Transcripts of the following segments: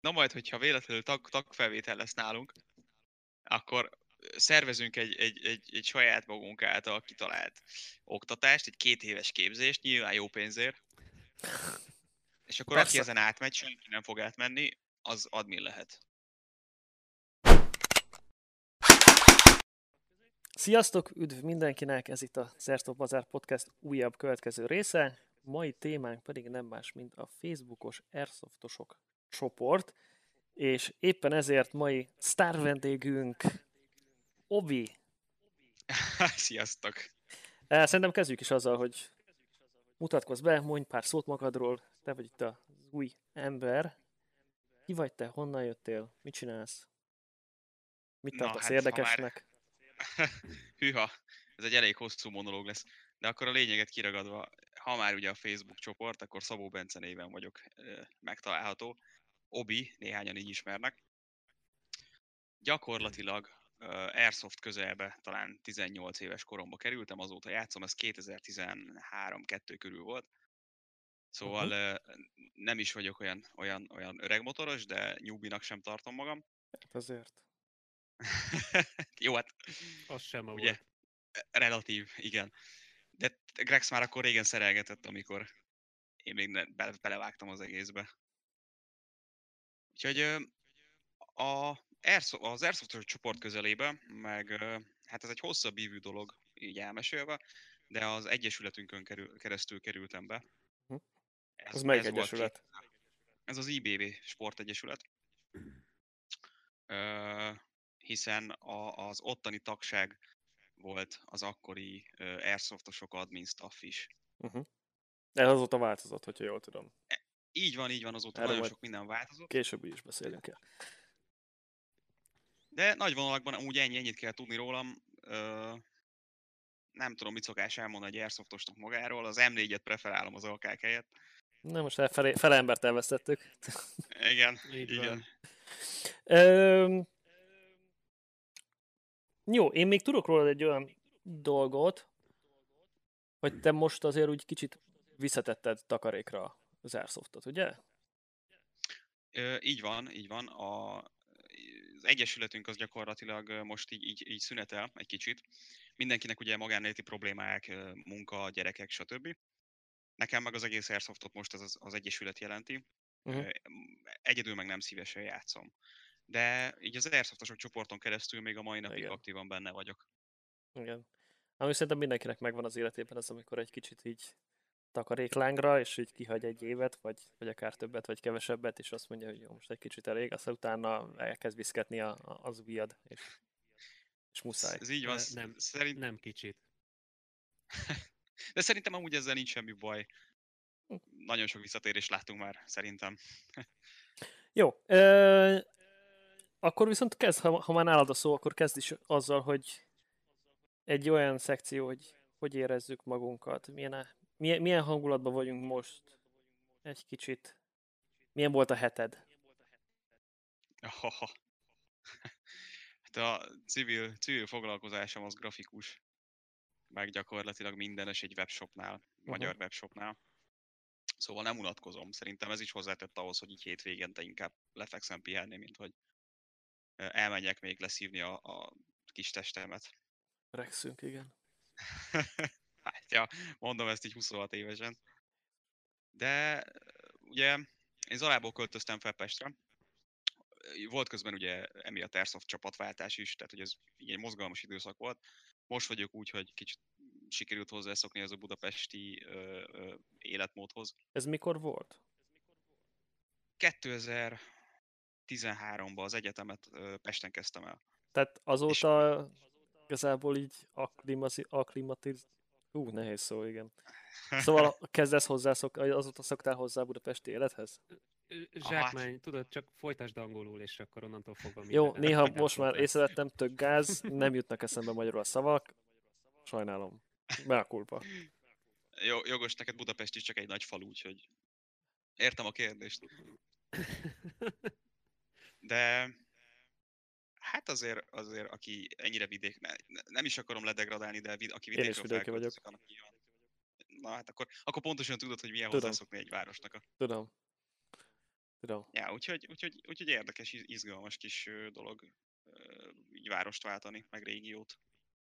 Na majd, hogyha véletlenül tagfelvétel lesz nálunk, akkor szervezünk egy saját magunk által kitalált oktatást, egy 2 éves képzést, nyilván jó pénzért, és akkor aki Persze. ezen átmegy, senki nem fog átmenni, az admin lehet. Sziasztok, üdv mindenkinek, ez itt a Szertó Bazár Podcast újabb következő része. Mai témánk pedig nem más, mint a Facebookos Airsoftosok csoport, és éppen ezért mai sztár vendégünk Obi. Sziasztok! Szerintem kezdjük is azzal, hogy mutatkozz be, mondj pár szót magadról, te vagy itt az új ember. Ki vagy te, honnan jöttél, mit csinálsz, mit Na tartasz hát, ha már... érdekesnek? Hűha, ez egy elég hosszú monológ lesz. De akkor a lényeget kiragadva, ha már ugye a Facebook csoport, akkor Szabó Bence néven vagyok megtalálható. Obi, néhányan így ismernek. Gyakorlatilag Airsoft közelbe talán 18 éves koromba kerültem, azóta játszom, ez 2013-2 körül volt. Szóval nem is vagyok olyan öreg motoros, de newbie-nak sem tartom magam. Hát azért. Jó, hát Az sem a ugye, volt. relatív, igen. De Grex már akkor régen szerelgetett, amikor én még belevágtam az egészbe. Úgyhogy az Airsoft csoport közelébe, meg hát ez egy hosszabb ívű dolog, így elmesélve, de az egyesületünkön keresztül kerültem be. Hm. Az melyik Ez volt egyesület? ez az IBB Sportegyesület. Hiszen az ottani tagság volt az akkori Airsoftosok admin staff is. Ez azóta változott, hogyha jól tudom. Így van, azóta Erről nagyon majd sok minden változott. később is beszélünk el. De nagy vonalakban úgy ennyit kell tudni rólam. Nem tudom, mit szokás elmondani egy Airsoftosnak magáról. Az M4-et preferálom az alkák helyett. Na most fele embert elvesztettük. Igen, Így igen. van. Jó, én még tudok róla egy olyan dolgot, hogy te most azért úgy kicsit visszatetted takarékra az Airsoftot, ugye? Így van. Az egyesületünk az gyakorlatilag most így szünetel egy kicsit. Mindenkinek ugye magánéleti problémák, munka, gyerekek, stb. Nekem meg az egész Airsoftot most az egyesület jelenti. Uh-huh. Egyedül meg nem szívesen játszom. De így az Airsoftosok csoporton keresztül még a mai napig Igen. aktívan benne vagyok. Igen. Ami szerintem mindenkinek megvan az életében az, amikor egy kicsit így takaréklángra, és így kihagy egy évet, vagy akár többet, vagy kevesebbet, és azt mondja, hogy jó, most egy kicsit elég, aztán utána elkezd viszketni az ujjad, és muszáj. Ez így van. Nem kicsit. De szerintem amúgy ezzel nincs semmi baj. Nagyon sok visszatérést láttunk már, szerintem. Jó. Akkor viszont kezd, ha már nálad a szó, akkor kezd is azzal, hogy egy olyan szekció, hogy érezzük magunkat. Milyen hangulatban vagyunk most? Egy kicsit. Milyen volt a heted? Hát a civil foglalkozásom az grafikus. Meg gyakorlatilag mindenes egy webshopnál, magyar webshopnál. Szóval nem unatkozom. Szerintem ez is hozzátett ahhoz, hogy így hétvégente inkább lefekszem pihenni, mint hogy elmenjek még leszívni a kis testemet. Rexünk, igen. Hát ja, mondom ezt így 26 évesen. De ugye én Zalából költöztem fel Pestre. Volt közben ugye emiatt Airsoft csapatváltás is, tehát hogy ez így egy mozgalmas időszak volt. Most vagyok úgy, hogy kicsit sikerült hozzászokni ez a budapesti életmódhoz. Ez mikor volt? 2013-ban az egyetemet Pesten kezdtem el. Tehát azóta igazából így akklimatiz... nehéz szó, igen. Szóval kezdesz azóta szoktál hozzá a budapesti élethez? Zsákmány, tudod, csak folytasd angolul, és akkor onnantól fogva Jó, minden. néha most már észrevettem, tök gáz, nem jutnak eszembe magyarul a szavak. Sajnálom. Mea culpa. Jogos, neked Budapest is csak egy nagy falu, úgyhogy értem a kérdést. De hát azért aki ennyire vidék, nem is akarom ledegradálni, de aki vidékről felköltözik, annak nyilván. Na hát akkor pontosan tudod, hogy milyen hozzászokni egy városnak. Tudom. Tudom. Ja, úgyhogy érdekes, izgalmas kis dolog így várost váltani, meg régiót.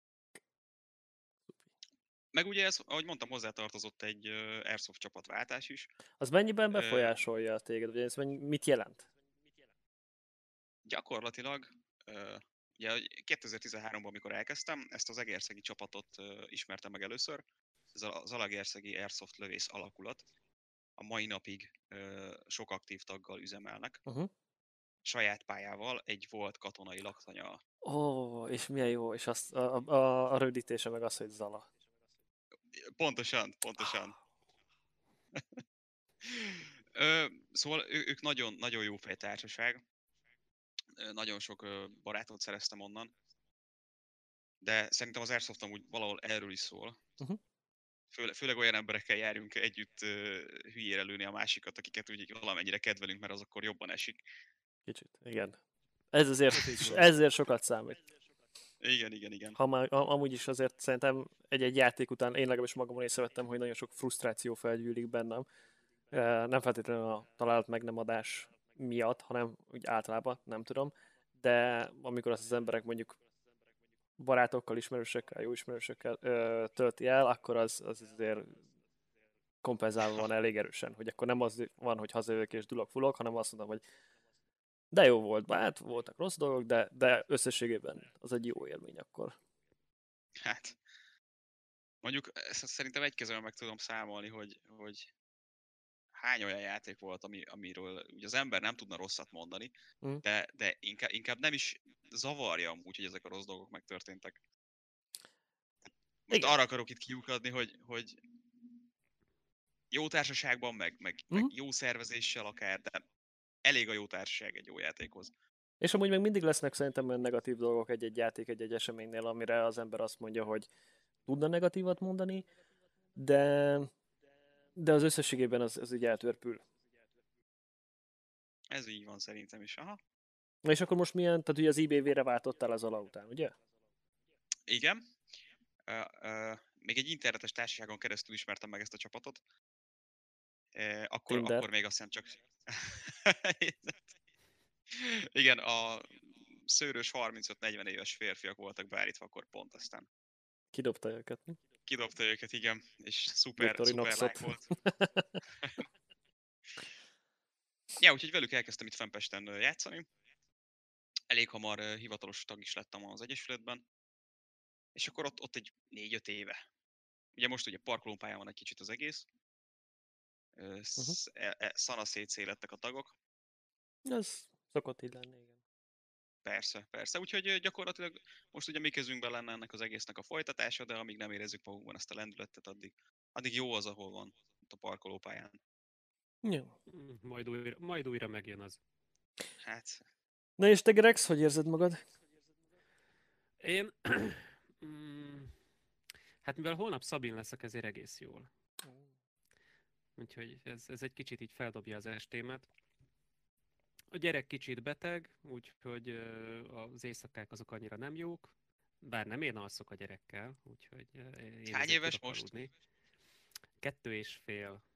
Meg ugye ez, ahogy mondtam, hozzátartozott egy Airsoft csapatváltás is. Az mennyiben Ö, befolyásolja téged? Vagy ez mit jelent? Gyakorlatilag, ugye 2013-ban, amikor elkezdtem, ezt az egerszegi csapatot ismertem meg először. Ez az Zalaegerszegi Airsoft Lövész Alakulat. A mai napig sok aktív taggal üzemelnek. Uh-huh. Saját pályával egy volt katonai laktanya. Ó, és milyen jó, és azt, a rövidítése meg az, hogy Zala. Pontosan. Szóval ők nagyon, nagyon jó fejtársaság. Nagyon sok barátot szereztem onnan. De szerintem az Airsoft amúgy valahol erről is szól. Uh-huh. Főleg olyan emberekkel járjunk együtt hülyére lőni a másikat, akiket úgy valamennyire kedvelünk, mert az akkor jobban esik. Kicsit, igen. Ez azért, Ez így van. ezért sokat számít. Igen. Amúgy is azért szerintem egy játék után én legalábbis magamon észrevettem, hogy nagyon sok frusztráció felgyűlik bennem. Nem feltétlenül a találat meg nem adás miatt, hanem úgy általában, nem tudom. De amikor azt az emberek mondjuk barátokkal, ismerősökkel, jó ismerősökkel tölti el, akkor az azért kompenzálva van elég erősen, hogy akkor nem az van, hogy hazajövök és dulok-fulok, hanem azt mondom, hogy de jó volt, hát voltak rossz dolgok, de összességében az egy jó élmény akkor. Hát, mondjuk ezt szerintem egy kezemben meg tudom számolni, hogy hány olyan játék volt, amiről ugye az ember nem tudna rosszat mondani, Mm. de inkább nem is zavarja amúgy, hogy ezek a rossz dolgok megtörténtek. Most Igen. arra akarok itt kiukadni, hogy jó társaságban, meg jó szervezéssel akár, de elég a jó társaság egy jó játékhoz. És amúgy meg mindig lesznek szerintem olyan negatív dolgok egy-egy játék, egy-egy eseménynél, amire az ember azt mondja, hogy tudna negatívat mondani, de az összességében az így eltörpül. Ez így van szerintem is. Aha. És akkor most milyen, tehát ugye az IBV-re váltottál az Zala után, ugye? Igen. Még egy internetes társaságon keresztül ismertem meg ezt a csapatot. Tinder. Akkor még azt hiszem csak... Igen, a szőrös 35-40 éves férfiak voltak beállítva akkor pont, aztán Kidobta őket. Mi? kidobta őket, igen, és szuper Victorinoxot. lány volt. Ja, úgyhogy velük elkezdtem itt fenn Pesten játszani. Elég hamar hivatalos tag is lettem az Egyesületben. És akkor ott egy 4-5 éve. Ugye most ugye parkolópályán van egy kicsit az egész. Szanaszétszélettek a tagok. Ez szokott így lenni, igen. Persze. Úgyhogy gyakorlatilag most ugye mi kezünkben lenne ennek az egésznek a folytatása, de amíg nem érezzük magunkban ezt a lendületet, addig jó az, ahol van, ott a parkolópályán. Jó. Majd újra megjön az. Hát, Na és te, Grex, hogy érzed magad? Én... hát mivel holnap Szabin leszek, ezért egész jól. Úgyhogy ez egy kicsit így feldobja az estémet. A gyerek kicsit beteg, úgyhogy az éjszakák azok annyira nem jók. Bár nem én alszok a gyerekkel, úgyhogy én hány ezért éves tudok most? aludni. 2,5.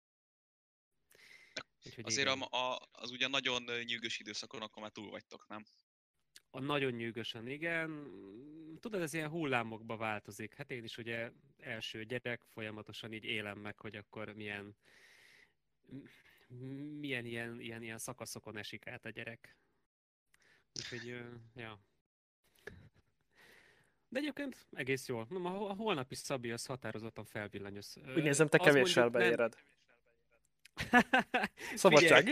Úgyhogy Azért igen. az ugye nagyon nyűgös időszakon akkor már túl vagytok, nem? A nagyon nyűgösen, igen. Tudod, ez ilyen hullámokba változik. Hát én is ugye első gyerek, folyamatosan így élem meg, hogy akkor milyen ilyen szakaszokon esik át a gyerek. Úgyhogy, ja. De egyébként egész jól. A holnapi Szabi az határozottan felvillanyos. Úgy nézem, te kevéssel beéred. Szabadság.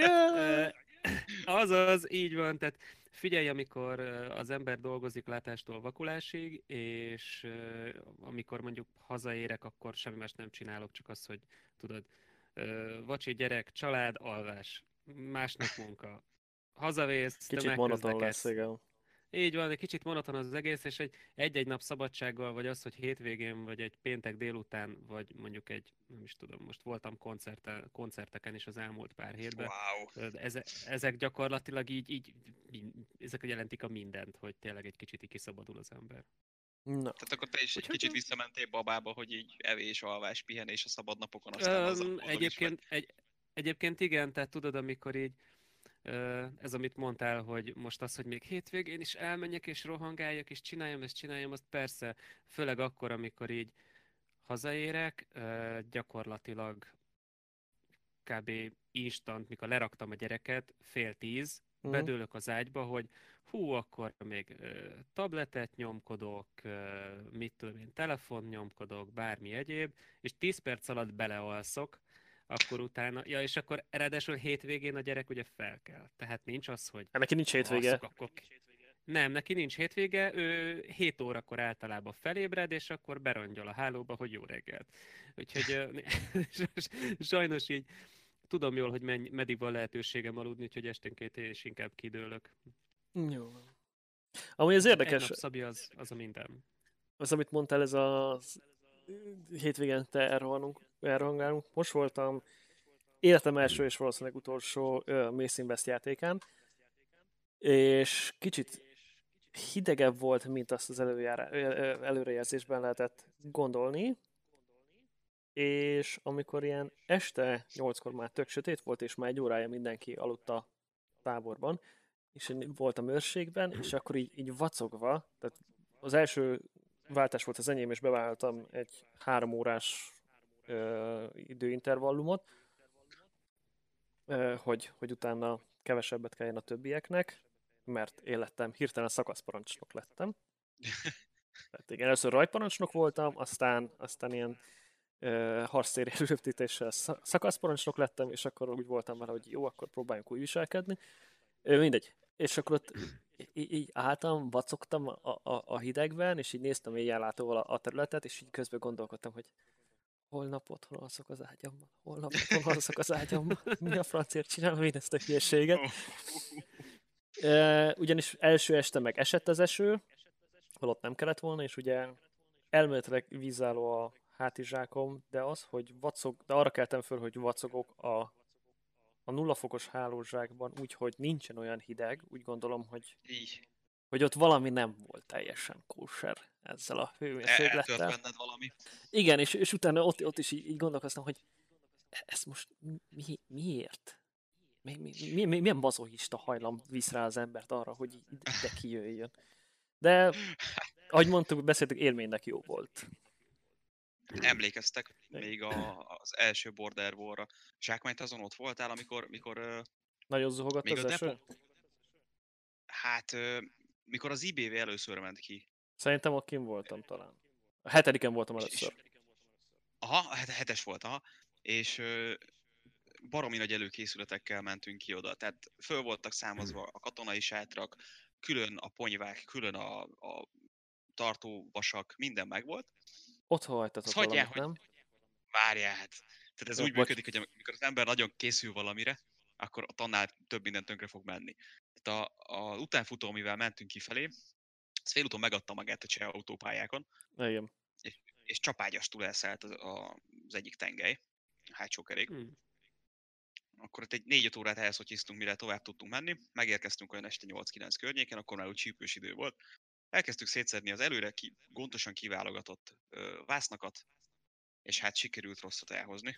Azaz, így van. Tehát figyelj, amikor az ember dolgozik látástól vakulásig, és amikor mondjuk hazaérek, akkor semmi más nem csinálok, csak az, hogy tudod, vacsi, gyerek, család, alvás, másnap munka. Hazavész, Kicsit monoton lesz, igen. Így van, egy kicsit monoton az egész, és egy-egy nap szabadsággal, vagy az, hogy hétvégén, vagy egy péntek délután, vagy mondjuk nem is tudom, most voltam koncerteken is az elmúlt pár hétben. Wow. Ezek gyakorlatilag így ezek jelentik a mindent, hogy tényleg egy kicsit így kiszabadul az ember. Na. Tehát akkor te is egy kicsit visszamentél babába, hogy így evés, alvás, pihenés a szabad napokon, Egyébként igen, tehát tudod, amikor így Ez, amit mondtál, hogy most az, hogy még hétvégén is elmenjek és rohangáljak és csináljam, azt persze, főleg akkor, amikor így hazaérek, gyakorlatilag kb. Instant, mikor leraktam a gyereket, 9:30, Mhm. bedőlök az ágyba, hogy hú, akkor még tabletet nyomkodok, mit tudom én, telefon nyomkodok, bármi egyéb, és 10 perc alatt belealszok, akkor utána, ja, és akkor ráadásul hétvégén a gyerek ugye fel kell. Tehát nincs az, hogy Hát neki nincs ha alszok, hétvége. akkor nem, neki nincs hétvége, ő 7 órakor általában felébred, és akkor berongyol a hálóba, hogy jó reggelt. Úgyhogy sajnos így tudom jól, hogy meddig van lehetőségem aludni, úgyhogy esténként én is inkább kidőlök. Jó. Amúgy ez Egy érdekes, nap Szabi az a minden. az, amit mondtál, ez a hétvégente elrohangálunk. Most voltam életem első és valószínűleg utolsó Mace Invest játékán, és kicsit hidegebb volt, mint azt az előrejelzésben lehetett gondolni, és amikor ilyen este 8-kor már tök sötét volt, és már egy órája mindenki aludt a táborban, és én voltam őrségben, és akkor így vacogva, tehát az első váltás volt az enyém, és beváltam egy 3 órás időintervallumot, hogy utána kevesebbet kelljen a többieknek, mert én hirtelen szakaszparancsnok lettem. Tehát igen, először rajparancsnok voltam, aztán ilyen harctéri röptítéssel szakaszparancsnok lettem, és akkor úgy voltam vele, hogy jó, akkor próbáljunk úgy viselkedni. Mindegy. És akkor ott így álltam, vacogtam a hidegben, és így néztem éjjellátóval a területet, és így közben gondolkodtam, hogy holnap otthon alszok az ágyamban, holnap otthon alszok az ágyamban, mi a francért csinálom én ezt a hülyeséget. Ugyanis első este meg esett az eső, holott nem kellett volna, és ugye elméletileg vízálló a hátizsákom, de az, hogy de arra keltem föl, hogy vacogok a 0 fokos hálózsákban, úgyhogy nincsen olyan hideg, úgy gondolom, Így. hogy ott valami nem volt teljesen kóser ezzel a Eltört hőmérséklettel. benned valami. Igen, és utána ott is így gondolkoztam, hogy ez most miért? Milyen mazochista hajlam visz rá az embert arra, hogy ide kijöjjön. De, ahogy mondtuk, beszéltük, élménynek jó volt. Emlékeztek még az első Border War-ra. Zsákmányt azon ott voltál, amikor Nagyon zuhogott még az a eső? depo... Hát, mikor az IBV először ment ki. Szerintem ott kim voltam talán. A 7-en voltam És, először. aha, hetes volt, aha. És baromi nagy előkészületekkel mentünk ki oda. Tehát föl voltak számozva a katonai sátrak, külön a ponyvák, külön a tartóvasak, minden megvolt. Ott hagytatok Azt hagyják, valamit, hogy nem? várjál, hát. Tehát ez Jó, úgy bocs. működik, hogy amikor az ember nagyon készül valamire, akkor annál több minden tönkre fog menni. Tehát a utánfutó, amivel mentünk kifelé, az félúton megadta magát a cseh autópályákon, Igen. és csapágyastul elszállt az egyik tengely, a hátsó kerék. Akkor ott egy 4-5 órát elszotyiztunk, mire tovább tudtunk menni. Megérkeztünk olyan este 8-9 környéken, akkor már úgy csípős idő volt. Elkezdtük szétszedni az előre gondosan kiválogatott vásznakat, és hát sikerült rosszat elhozni.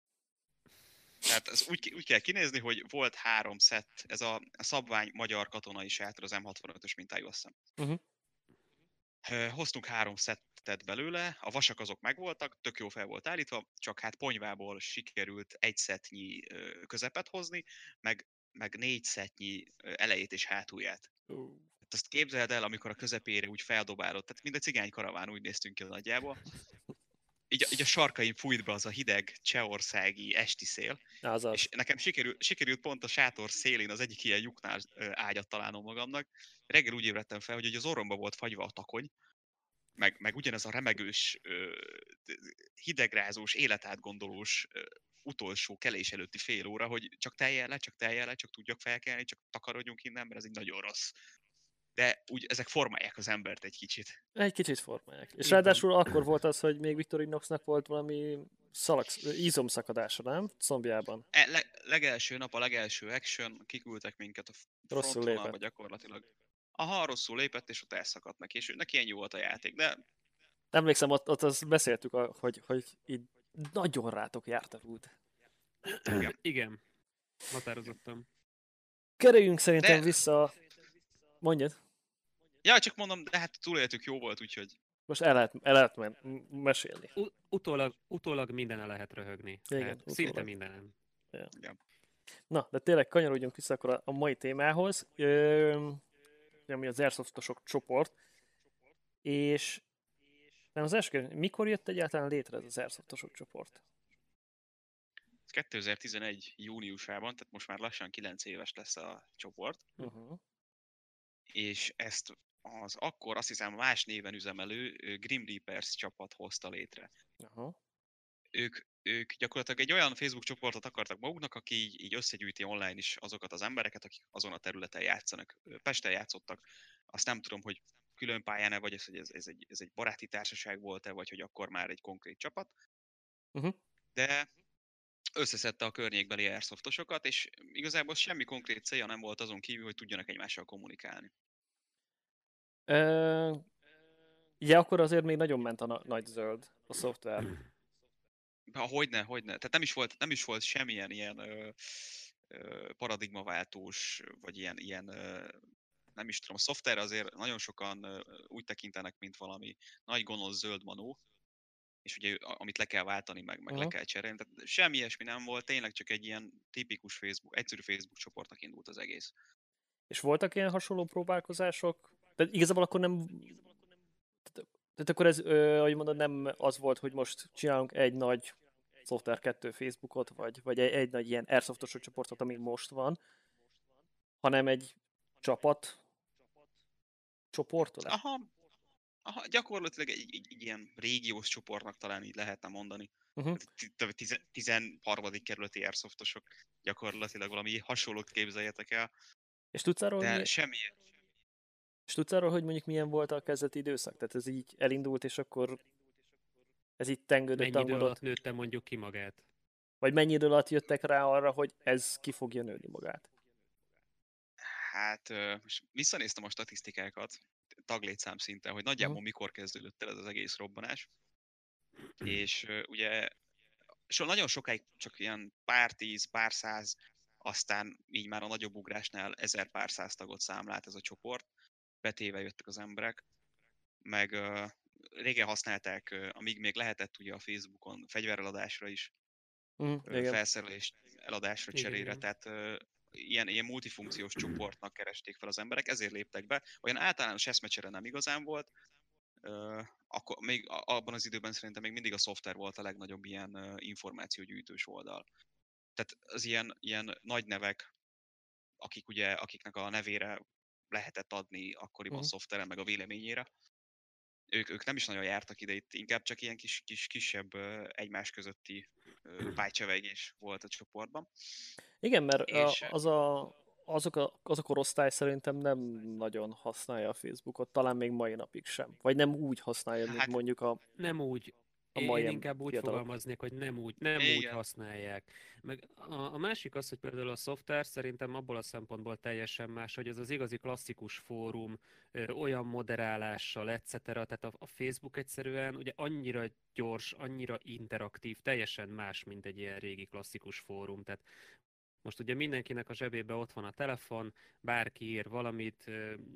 Tehát ez úgy kell kinézni, hogy volt 3 szett, ez a szabvány magyar katonai sátor, az M65-ös mintájú, azt hiszem. Hoztunk 3 szettet belőle, a vasak azok megvoltak, tök jó fel volt állítva, csak hát ponyvából sikerült 1 szettnyi közepet hozni, meg 4 szettnyi elejét és hátulját. Hát azt képzeld el, amikor a közepére úgy feldobálod, tehát mind a cigány karaván úgy néztünk ki nagyjából. Így a sarkaim fújt be az a hideg csehországi esti szél, Azaz. és nekem sikerült pont a sátor szélén az egyik ilyen lyuknál ágyat találnom magamnak. Reggel úgy ébredtem fel, hogy az orromba volt fagyva a takony, meg ugyanez a remegős, hidegrázós, életátgondolós utolsó kelés előtti fél óra, hogy csak teljen le, csak tudjak felkelni, csak takarodjunk innen, mert ez így nagyon rossz. De úgy ezek formálják az embert egy kicsit. Egy kicsit formálják. És Így ráadásul akkor volt az, hogy még Victorinoxnak volt valami izomszakadása, nem? Combjában. Legelső nap, a legelső action, kiküldtek minket a Rosszul frontvonalba lépett. gyakorlatilag. Aha, rosszul lépett, és ott elszakadt neki, és neki ennyi volt a játék, de Emlékszem, ott azt beszéltük, hogy így nagyon rátok járt a rúd. Igen, határozottan. Kerüljünk szerintem De- vissza... Mondjad. Ja, csak mondom, de hát túléltük, jó volt, úgyhogy... Most el lehet mesélni. Utólag mindenen lehet röhögni. Igen, Tehát szinte utólag. mindenen. Igen. Na, de tényleg kanyarodjunk vissza akkor a mai témához, ami az Airsoftosok csoport, és nem az első kérdés, mikor jött egyáltalán létre ez az Airsoftosok csoport? 2011 júniusában, tehát most már lassan 9 éves lesz a csoport, Uh-huh. és ezt az akkor azt hiszem más néven üzemelő Grim Reapers csapat hozta létre. Uh-huh. Ők gyakorlatilag egy olyan Facebook csoportot akartak maguknak, aki így összegyűjti online is azokat az embereket, akik azon a területen játszanak. Pesten játszottak, azt nem tudom, hogy külön pályán-e, vagy ez egy baráti társaság volt-e, vagy hogy akkor már egy konkrét csapat. Uh-huh. De összeszedte a környékbeli airsoftosokat, és igazából semmi konkrét célja nem volt azon kívül, hogy tudjanak egymással kommunikálni. Ugye akkor azért még nagyon ment a nagy zöld, a szoftver. Hogyne. Tehát nem is volt semmilyen ilyen paradigmaváltós, vagy ilyen nem is tudom, a szoftver azért nagyon sokan úgy tekintenek, mint valami nagy gonosz zöld manó, és ugye amit le kell váltani, meg le kell cserélni. Tehát semmi ilyesmi nem volt, tényleg csak egy ilyen tipikus Facebook, egyszerű Facebook csoportnak indult az egész. És voltak ilyen hasonló próbálkozások? Tehát igazából akkor nem... Tehát akkor ez, ahogy mondod, nem az volt, hogy most csinálunk egy nagy Software 2 Facebookot, vagy egy nagy ilyen Airsoftosok csoportot, ami most van, hanem egy csapat csoportolás. Aha, gyakorlatilag egy ilyen régiós csoportnak talán így lehetne mondani. Uh-huh. 13. kerületi airsoftosok gyakorlatilag valami hasonlót képzeljetek el, És tudsz arról, de semmi. és tudsz arról, hogy mondjuk milyen volt a kezdeti időszak? Tehát ez így elindult, és akkor ez így tengődött, Mennyi idő tangodott? alatt nőtte mondjuk ki magát? Vagy mennyi idő alatt jöttek rá arra, hogy ez ki fogja nőni magát? Hát most visszanéztem a statisztikákat, taglétszám szinten, hogy nagyjából mikor kezdődött el ez az egész robbanás. És ugye nagyon sokáig csak ilyen pár tíz, pár száz, aztán így már a nagyobb ugrásnál 1000 pár száz tagot számlált ez a csoport. Betéve jöttek az emberek, meg régen használták, amíg még lehetett ugye a Facebookon fegyvereladásra is, felszerelés eladásra, cserére, Igen. tehát ilyen multifunkciós csoportnak keresték fel az emberek, ezért léptek be. Olyan általános eszmecsere nem igazán volt, akkor még abban az időben szerintem még mindig a szoftver volt a legnagyobb ilyen információgyűjtős oldal. Tehát az ilyen nagy nevek, akiknek a nevére lehetett adni akkoriban szoftveren, meg a véleményére, ők nem is nagyon jártak ide, itt inkább csak ilyen kisebb egymás közötti pálycsevegés volt a csoportban. Igen, mert És azok a korosztály szerintem nem nagyon használja a Facebookot, talán még mai napig sem. Vagy nem úgy használja, mint mondjuk Nem úgy. mai Én inkább úgy fiatalok. fogalmaznék, hogy nem úgy használják. Meg a másik az, hogy például a szoftver szerintem abból a szempontból teljesen más, hogy ez az igazi klasszikus fórum, olyan moderálással, etc. Tehát a Facebook egyszerűen ugye annyira gyors, annyira interaktív, teljesen más, mint egy ilyen régi klasszikus fórum. Tehát most ugye mindenkinek a zsebében ott van a telefon, bárki ír valamit,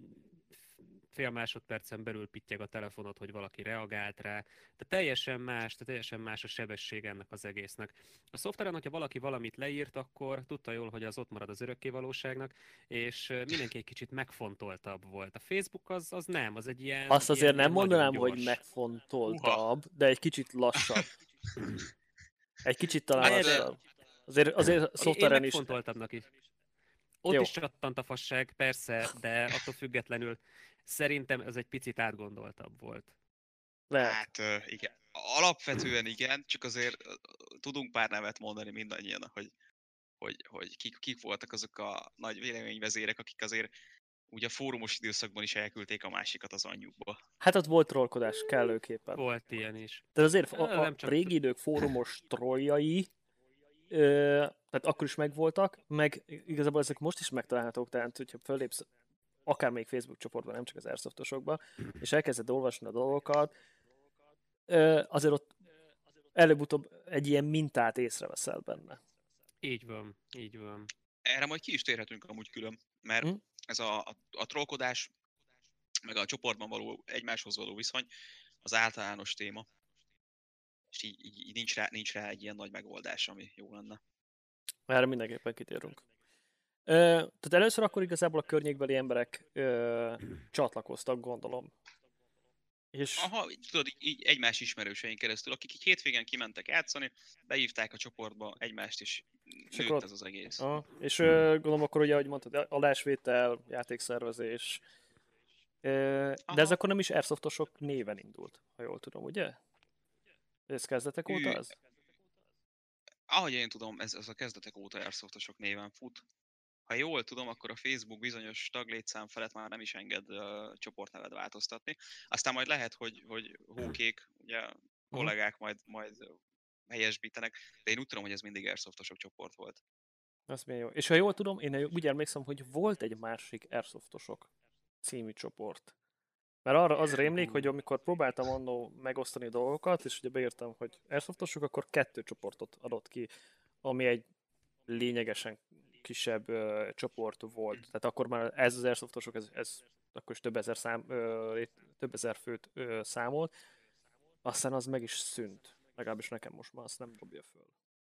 fél másodpercen belül pittyeg a telefonot, hogy valaki reagált rá. Tehát teljesen más a sebesség ennek az egésznek. A szoftveren, hogyha valaki valamit leírt, akkor tudta jól, hogy az ott marad az örökkévalóságnak, és mindenki egy kicsit megfontoltabb volt. A Facebook az nem, az egy ilyen... Azt azért nem mondanám, gyors. hogy megfontoltabb, de egy kicsit lassabb. Egy kicsit talán lassabb. Azért szoftveren én is... megfontoltabbnak is. Ott is csattant a fasság, persze, de attól függetlenül szerintem ez egy picit átgondoltabb volt. Lehet. Hát igen, alapvetően igen, csak azért tudunk pár nevet mondani mindannyian, hogy kik voltak azok a nagy véleményvezérek, akik azért ugye a fórumos időszakban is elküldték a másikat az anyjukba. Hát ott volt trollkodás kellőképpen. Volt ilyen is. Tehát azért a régi idők fórumos trolljai, tehát akkor is megvoltak, meg igazából ezek most is megtalálhatók, tehát hogyha fölépsz akár még Facebook csoportban, nem csak az Airsoftosokban, és elkezded olvasni a dolgokat, azért ott előbb-utóbb egy ilyen mintát észreveszel benne. Így van, így van. Erre majd ki is térhetünk amúgy külön, mert Hm? ez a trollkodás, meg a csoportban való egymáshoz való viszony, az általános téma, és így nincs rá egy ilyen nagy megoldás, ami jó lenne. Erre mindenképpen kitérünk. Tehát először akkor igazából a környékbeli emberek csatlakoztak, gondolom. És Aha, tudod, így egymás ismerőseink keresztül, akik így hétvégén kimentek játszani, beívták a csoportba egymást, és akkor nőtt ott, ez az egész. és gondolom akkor ugye, ahogy mondtad, adásvétel, játékszervezés, de ez Aha, akkor nem is Airsoftosok néven indult, ha jól tudom, ugye? Ez kezdetek óta ő, az? ahogy én tudom, ez a kezdetek óta Airsoftosok néven fut. Ha jól tudom, akkor a Facebook bizonyos taglétszám felett már nem is enged csoportnevet változtatni. Aztán majd lehet, hogy hókék, ugye kollégák majd helyesbítenek, de én úgy tudom, hogy ez mindig Airsoftosok csoport volt. Az milyen jó. És ha jól tudom, én úgy emlékszem, hogy volt egy másik Airsoftosok című csoport. Mert arra az rémlik, hogy amikor próbáltam annó megosztani dolgokat, és ugye beírtam, hogy Airsoftosok, akkor 2 csoportot adott ki, ami egy lényegesen kisebb csoport volt. Tehát akkor már ez az Airsoftosok, ez akkor is több ezer főt számolt. Aztán az meg is szűnt. Legalábbis nekem most már azt nem dobja föl.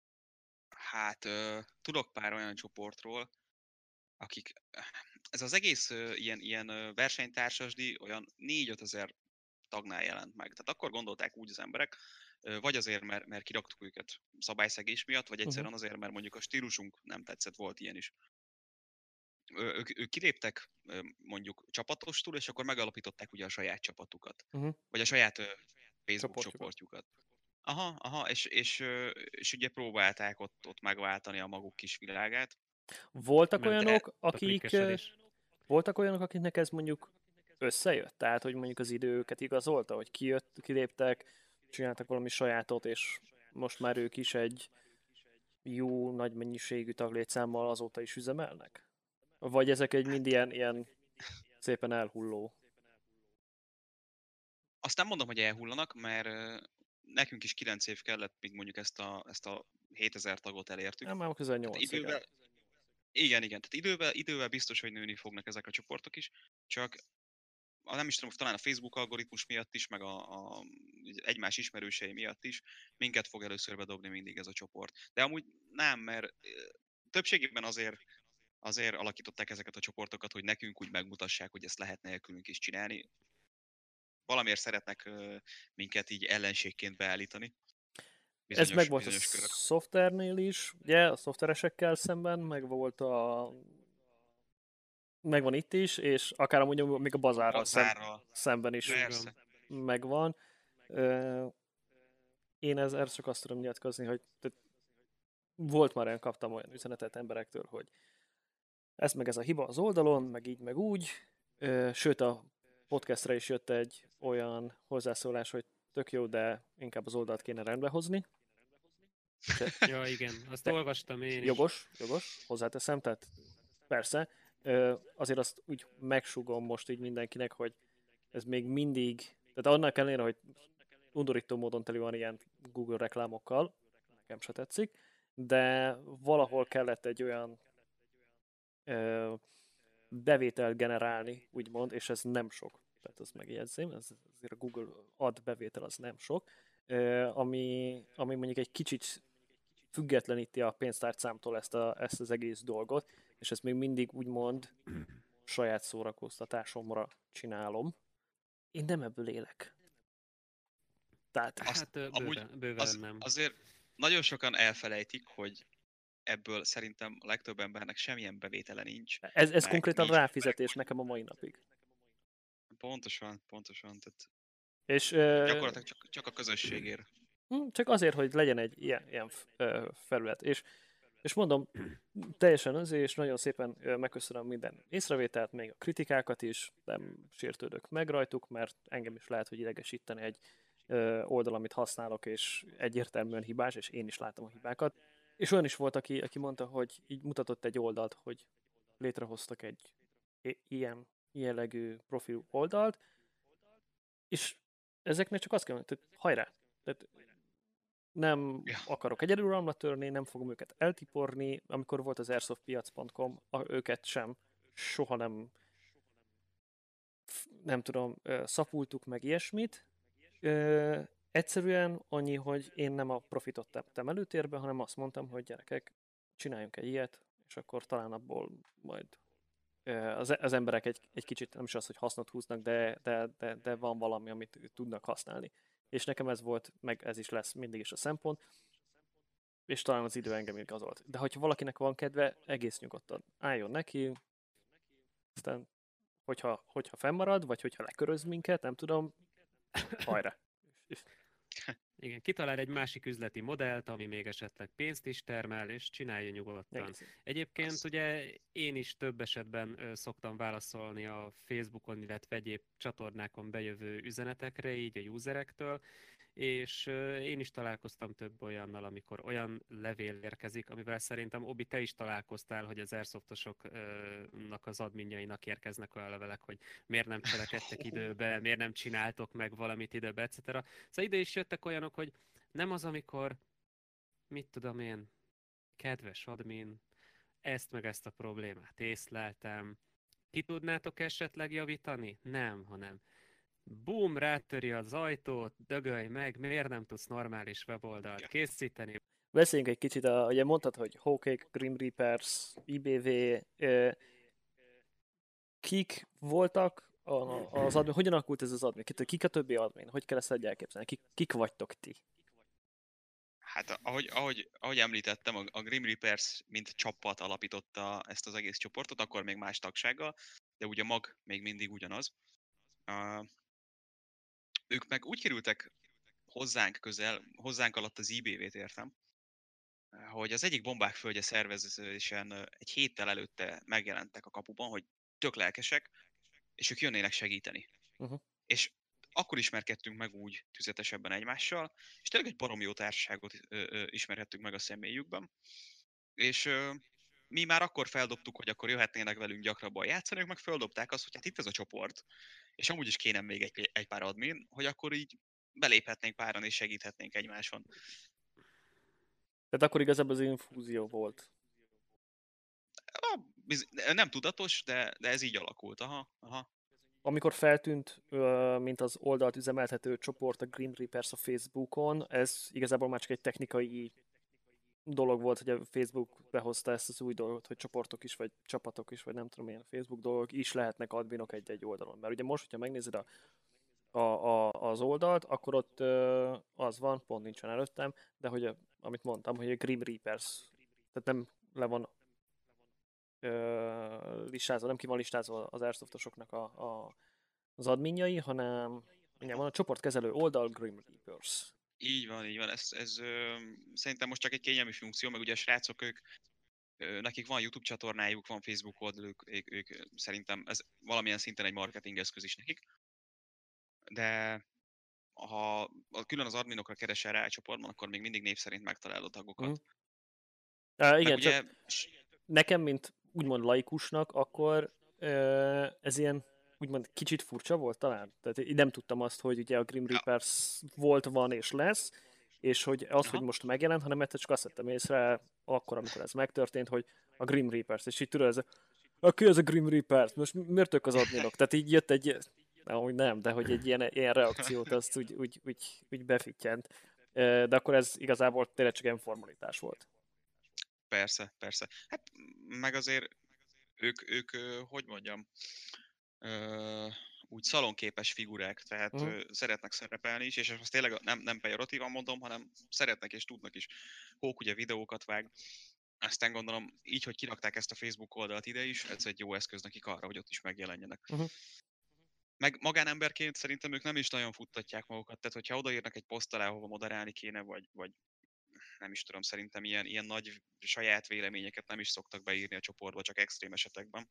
Hát tudok pár olyan csoportról, akik, ez az egész ilyen versenytársasdi olyan 4-5 ezer tagnál jelent meg. Tehát akkor gondolták úgy az emberek, vagy azért, mert kiraktuk őket szabályszegés miatt, vagy egyszerűen azért, mert mondjuk a stílusunk nem tetszett, volt ilyen is. Ők kiléptek mondjuk csapatostul, és akkor megalapították ugye a saját csapatukat. Vagy a saját Facebook csoportjukat. Aha, és ugye próbálták ott megváltani a maguk kis világát. Voltak Ment olyanok, a klikkesedés. voltak olyanok, akiknek ez mondjuk összejött? Tehát, hogy mondjuk az időket igazolta, hogy kiléptek, csináltak valami sajátot, és most már ők is egy jó nagy mennyiségű taglétszámmal azóta is üzemelnek? Vagy ezek egy mind ilyen szépen elhulló? Azt nem mondom, hogy elhullanak, mert nekünk is 9 év kellett, míg mondjuk ezt a 7000 tagot elértük. Nem, már közel Tehát 8, igen. idővel, tehát idővel biztos, hogy nőni fognak ezek a csoportok is, csak nem is tudom, talán a Facebook algoritmus miatt is, meg a egymás ismerősei miatt is minket fog először bedobni mindig ez a csoport. De amúgy nem, mert többségében azért alakították ezeket a csoportokat, hogy nekünk úgy megmutassák, hogy ezt lehet nélkülünk is csinálni. Valamiért szeretnek minket így ellenségként beállítani. Ez meg volt a Bizonyos körök. szoftvernél is, ugye, a szoftveresekkel szemben, megvan itt is, és akár amúgy még a bazárral Bazárral. szemben is Persze. megvan. Én erre csak azt tudom nyilatkozni, hogy volt már olyan, kaptam olyan üzenetet emberektől, hogy ez meg ez a hiba az oldalon, meg így, meg úgy. Sőt, a podcastra is jött egy olyan hozzászólás, hogy tök jó, de inkább az oldalt kéne rendbe hozni. Ja, igen, azt olvastam én is. Jogos, hozzáteszem, tehát persze. Azért azt úgy megsugom most így mindenkinek, hogy ez még mindig, tehát annak ellenére, hogy undorító módon teli van ilyen Google reklámokkal, nekem se tetszik, de valahol kellett egy olyan bevételt generálni, úgymond, és ez nem sok. Tehát azt megjegyzem, azért a Google ad bevétel az nem sok, ami mondjuk egy kicsit függetleníti a pénztárcámtól ezt az egész dolgot, és ezt még mindig úgymond saját szórakoztatásomra csinálom. Én nem ebből élek. Tehát Hát bőven nem. Azért nagyon sokan elfelejtik, hogy ebből szerintem a legtöbb embernek semmilyen bevétele nincs. ez konkrétan ráfizetés nekem a mai napig. Pontosan. Tehát És gyakorlatilag csak a közösségért. csak azért, hogy legyen egy ilyen felület. És mondom, teljesen azért, és nagyon szépen megköszönöm minden észrevételt, még a kritikákat is, nem sértődök meg rajtuk, mert engem is lehet, hogy idegesíteni egy oldal, amit használok, és egyértelműen hibás, és én is látom a hibákat. És olyan is volt, aki mondta, hogy így mutatott egy oldalt, hogy létrehoztak egy ilyen jellegű profil oldalt, és ezeknek csak azt kell mondani, hogy hajrá! Tehát nem Ja. akarok egyedüluralomra törni, nem fogom őket eltiporni. Amikor volt az airsoftpiac.com, őket sem soha nem tudom, szapultuk meg ilyesmit. Egyszerűen annyi, hogy én nem a profitot tettem előtérbe, hanem azt mondtam, hogy gyerekek, csináljunk egy ilyet, és akkor talán abból majd az emberek egy kicsit, nem is az, hogy hasznot húznak, de van valami, amit tudnak használni. És nekem ez volt, meg ez is lesz mindig is a szempont, és talán az idő engem igazolt. De hogyha valakinek van kedve, egész nyugodtan álljon neki, aztán hogyha fennmarad, vagy hogyha leköröz minket, nem tudom, hajrá. Igen, kitalál egy másik üzleti modellt, ami még esetleg pénzt is termel, és csinálja nyugodtan. Egész. Egyébként Az- ugye én is több esetben szoktam válaszolni a Facebookon, illetve egyéb csatornákon bejövő üzenetekre, így a userektől, és én is találkoztam több olyannal, amikor olyan levél érkezik, amivel szerintem, Obi, te is találkoztál, hogy az airsoftosoknak az adminjainak érkeznek olyan levelek, hogy miért nem cselekedtek időbe, miért nem csináltok meg valamit időbe, etc. Szóval ide is jöttek olyanok, hogy nem az, amikor, mit tudom én, kedves admin, ezt meg ezt a problémát észleltem, ki tudnátok esetleg javítani? Nem, hanem boom, rátöri az ajtót, dögölj meg, miért nem tudsz normális weboldalt készíteni? Beszéljünk egy kicsit, ugye mondtad, hogy Hawkeye, Grim Reapers, IBV, kik voltak az admin, hogyan alakult ez az admin? Kik a többi admin? Hogy kell ezt egy elképzelni? Kik vagytok ti? Hát ahogy említettem, a Grim Reapers mint csapat alapította ezt az egész csoportot, akkor még más tagsággal, de ugye a mag még mindig ugyanaz. Ők meg úgy kerültek hozzánk közel, hozzánk alatt az IBV-t értem, hogy az egyik Bombák Földje szervezésen egy héttel előtte megjelentek a kapuban, hogy tök lelkesek, és ők jönnének segíteni. Uh-huh. És akkor ismerkedtünk meg úgy tüzetesebben egymással, és tényleg egy baromi jó társaságot ismerhettünk meg a személyükben. És mi már akkor feldobtuk, hogy akkor jöhetnének velünk gyakrabban játszani, ők meg feldobták azt, hogy hát itt ez a csoport, és amúgy is kéne még egy pár admin, hogy akkor így beléphetnénk páran és segíthetnénk egymáson. Tehát akkor igazából az infúzió volt. Nem tudatos, de ez így alakult. Aha. Amikor feltűnt, mint az oldalt üzemeltető csoport a Grim Reapers a Facebookon, ez igazából már csak egy technikai dolog volt, hogy a Facebook behozta ezt az új dolgot, hogy csoportok is, vagy csapatok is, vagy nem tudom milyen Facebook dolgok is lehetnek adminok egy-egy oldalon. Mert ugye most, hogyha megnézed az oldalt, akkor ott az van, pont nincsen előttem, de hogy amit mondtam, hogy a Grim Reapers, tehát nem le van listázva, nem ki van listázva az airsoftosoknak az adminjai, hanem igen, van a csoportkezelő oldal Grim Reapers. Így van, így van. Ez szerintem most csak egy kényelmi funkció, meg ugye a srácok, nekik van YouTube csatornájuk, van Facebook oldaluk, ők szerintem ez valamilyen szinten egy marketing eszköz is nekik. De ha külön az adminokra keresel rá a csoportban, akkor még mindig név szerint megtalálod tagokat. Igen, Meg csak ugye, nekem, mint úgymond laikusnak, akkor ez ilyen úgymond kicsit furcsa volt talán. Tehát én nem tudtam azt, hogy ugye a Grim ja, Reapers volt, van és lesz, és hogy az, hogy aha, most megjelent, hanem egyszer csak azt vettem észre akkor, amikor ez megtörtént, hogy a Grim Reapers, és így tudod, ez ki ez a Grim Reapers? Most miért ők az adminok? Tehát így jött egy, ahogy nem, de hogy egy ilyen reakciót azt úgy befittyent. De akkor ez igazából tényleg csak ilyen formalitás volt. persze, persze. Hát meg azért ők hogy mondjam, ö, úgy szalonképes figurák, tehát Uh-huh. szeretnek szerepelni is, és ezt tényleg nem pejoratívan mondom, hanem szeretnek és tudnak is. Hók ugye videókat vág, aztán gondolom így, hogy kirakták ezt a Facebook oldalt ide is, ez egy jó eszköz nekik arra, hogy ott is megjelenjenek. Uh-huh. Meg magánemberként szerintem ők nem is nagyon futtatják magukat, tehát hogyha odaírnak egy poszt alá, ahova moderálni kéne, vagy nem is tudom, szerintem ilyen nagy saját véleményeket nem is szoktak beírni a csoportba, csak extrém esetekben.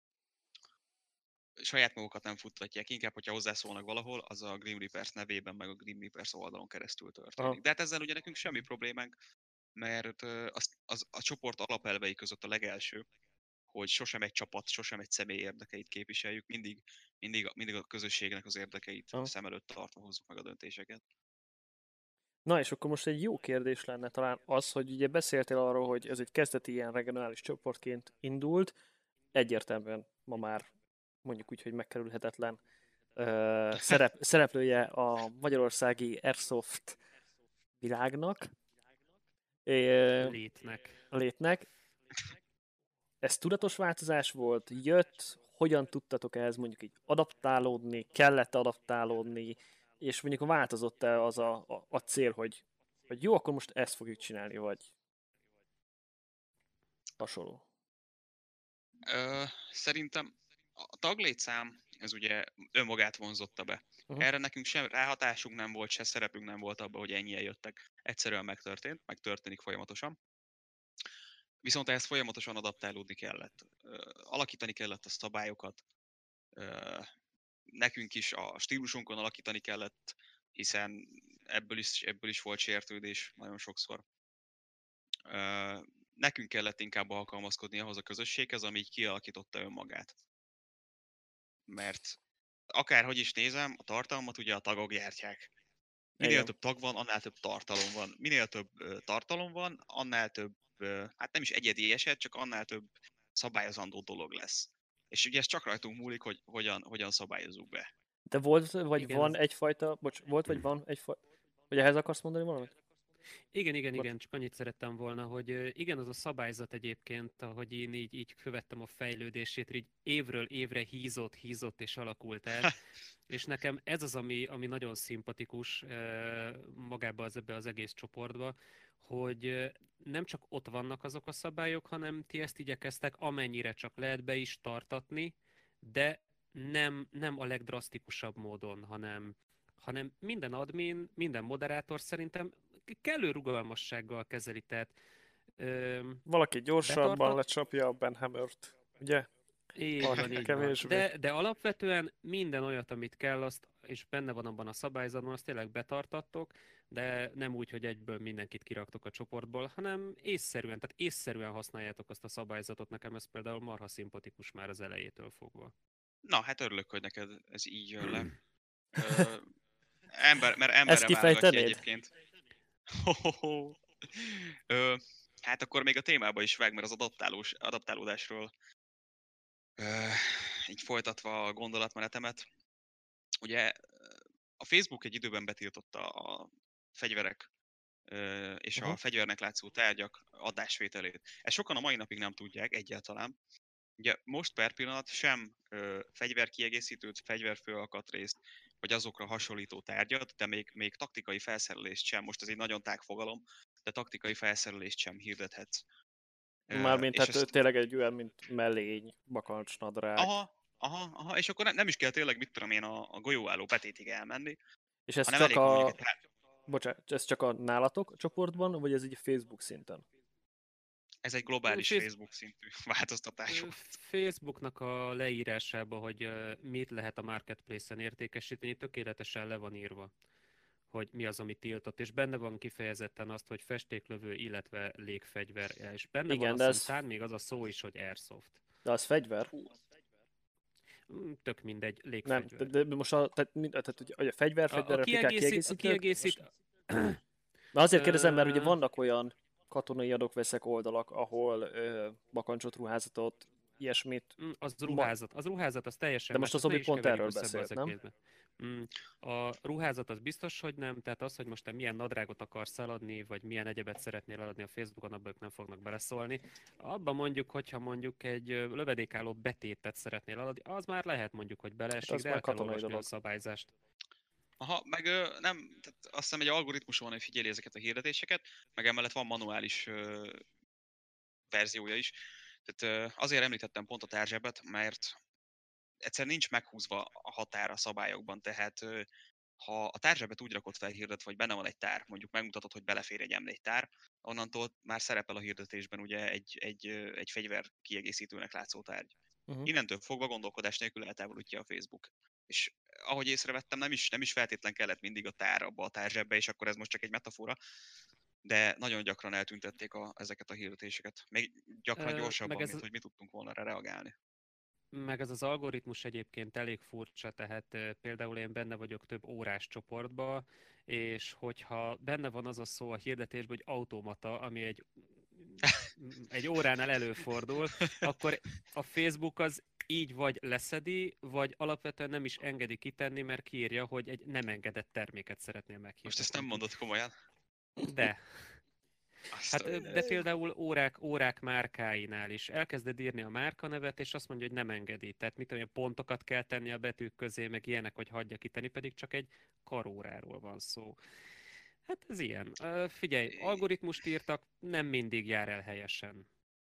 Saját magukat nem futtatják, inkább, hogyha hozzászólnak valahol, az a Grim Reapers nevében, meg a Grim Reapers oldalon keresztül történik. Aha. De hát ezzel ugye nekünk semmi problémánk, mert a csoport alapelvei között a legelső, hogy sosem egy csapat, sosem egy személy érdekeit képviseljük, mindig a közösségnek az érdekeit Aha. szem előtt tartva hozzuk meg a döntéseket. Na és akkor most egy jó kérdés lenne talán az, hogy ugye beszéltél arról, hogy ez egy kezdeti ilyen regionális csoportként indult, egyértelműen ma már mondjuk úgy, hogy megkerülhetetlen szereplője a magyarországi Airsoft világnak, Létnek. létnek. Ez tudatos változás volt, jött, hogyan tudtatok ehhez mondjuk így adaptálódni, kellett adaptálódni, és mondjuk változott-e az a cél, hogy jó, akkor most ezt fogjuk csinálni, vagy hasonló. Szerintem a taglétszám, ez ugye önmagát vonzotta be. Uh-huh. Erre nekünk sem ráhatásunk nem volt, se szerepünk nem volt abban, hogy ennyien jöttek. Egyszerűen megtörténik folyamatosan. Viszont ehhez folyamatosan adaptálódni kellett. Alakítani kellett a szabályokat. Nekünk is a stílusunkon alakítani kellett, hiszen ebből is volt sértődés nagyon sokszor. Nekünk kellett inkább alkalmazkodni ahhoz a közösséghez, ami így kialakította önmagát. Mert akárhogy is nézem, a tartalmat ugye a tagok gyártják. Minél Igen. több tag van, annál több tartalom van. Minél több tartalom van, annál több, hát nem is egyedi eset, csak annál több szabályozandó dolog lesz. És ugye ez csak rajtunk múlik, hogy hogyan szabályozzuk be. De volt, vagy Igen, van egyfajta, volt, vagy van egyfajta, vagy ehhez akarsz mondani valamit? Igen, csak annyit szerettem volna, hogy igen, az a szabályzat egyébként, ahogy én így követtem a fejlődését, így évről évre hízott és alakult át, és nekem ez az, ami nagyon szimpatikus magába ebbe az egész csoportba, hogy nem csak ott vannak azok a szabályok, hanem ti ezt igyekeztek amennyire csak lehet be is tartatni, de nem a legdrasztikusabb módon, hanem minden admin, minden moderátor szerintem kellő rugalmassággal kezeli, tehát Valaki gyorsabban betartat, lecsapja a Benhammert, ugye? így van, Valaki így van. kevésbé. De alapvetően minden olyat, amit kell, azt, és benne van abban a szabályzatban, azt tényleg betartattok, de nem úgy, hogy egyből mindenkit kiraktok a csoportból, hanem észszerűen használjátok azt a szabályzatot. Nekem ez például marha szimpatikus már az elejétől fogva. Na, hát örülök, hogy neked ez így jön le. Mert Ezt emberre válogatja kifejtenéd? egyébként. Hát akkor még a témába is vág, mert az adaptálódásról így folytatva a gondolatmenetemet. Ugye a Facebook egy időben betiltotta a fegyverek és a fegyvernek látszó tárgyak adásvételét. Ezt sokan a mai napig nem tudják egyáltalán. Ugye most per pillanat sem fegyverkiegészítőt, fegyverfőalkatrészt, vagy azokra hasonlító tárgyat, de még taktikai felszerelést sem, most ez egy nagyon tág fogalom, de taktikai felszerelést sem hirdethetsz. Mármint És hát ezt, tényleg egy olyan, mint mellény, bakancsnadrág. aha, és akkor nem is kell tényleg, mit tudom én, a golyóálló betétig elmenni, És ez hanem csak elég, ha mondjuk a... egy Bocsánat, ez csak a nálatok csoportban, vagy ez így Facebook szinten? ez egy globális Face- Facebook szintű változtatás volt. Facebooknak a leírásába, hogy mit lehet a marketplace-en értékesíteni, tökéletesen le van írva, hogy mi az, ami tiltott, és benne van kifejezetten azt, hogy festéklövő, illetve légfegyver, és benne van Igen, azt de hiszem ez... talán még az a szó is, hogy airsoft. De az fegyver? Tök mindegy, Nem, légfegyver. de most hogy a fegyver, A fegyverreplikák, a kiegészítők? kiegészít... Na azért kérdezem, mert ugye Ö, vannak olyan katonai adok-veszek oldalak, ahol bakancsot, ruházatot, ilyesmit... Az ruházat az teljesen De most más, az azt ne Obi is pont keverjük erről össze beszélt, az nem? egészbe. A ruházat az biztos, hogy nem, tehát az, hogy most te milyen nadrágot akarsz eladni, vagy milyen egyebet szeretnél eladni a Facebookon, abban ők nem fognak beleszólni. Abban mondjuk, hogyha mondjuk egy lövedékálló betétet szeretnél eladni, az már lehet mondjuk, hogy Hát beleesik, az de már el kell katonai olvasni a dolog. szabályzást. Aha, meg nem, tehát azt hiszem egy algoritmus van, hogy figyeli ezeket a hirdetéseket, meg emellett van manuális verziója is. Tehát azért említettem pont a tárzsebet, mert egyszerűen nincs meghúzva a határ a szabályokban, tehát ha a tárzsebet úgy rakod fel hirdetve, vagy benne van egy tár, mondjuk megmutatod, hogy belefér egy M4 tár, onnantól már szerepel a hirdetésben ugye egy fegyver kiegészítőnek látszó tárgy. Innentől fogva gondolkodás nélkül eltávolítja a Facebook. És ahogy észrevettem, nem is feltétlen kellett mindig a tár abba a tárzsebbe, és akkor ez most csak egy metafora, de nagyon gyakran eltüntették ezeket a hirdetéseket. Még gyakran Meg gyorsabban, ez, mint hogy mi tudtunk volna rá reagálni. Meg ez az algoritmus egyébként elég furcsa, tehát például én benne vagyok több órás csoportba, és hogyha benne van az a szó a hirdetésben, hogy automata, ami egy óránál előfordul, akkor a Facebook az így vagy leszedi, vagy alapvetően nem is engedi kitenni, mert kiírja, hogy egy nem engedett terméket szeretnél Most ezt nem meghirdetni. mondod komolyan. De, Azt a hát de például órák márkáinál is elkezded írni a márkanevet, és azt mondja, hogy nem engedi. Tehát mit tudom, pontokat kell tenni a betűk közé, meg ilyenek, hogy hagyja kitenni, pedig csak egy karóráról van szó. Hát ez ilyen. Figyelj, algoritmust írtak, nem mindig jár el helyesen.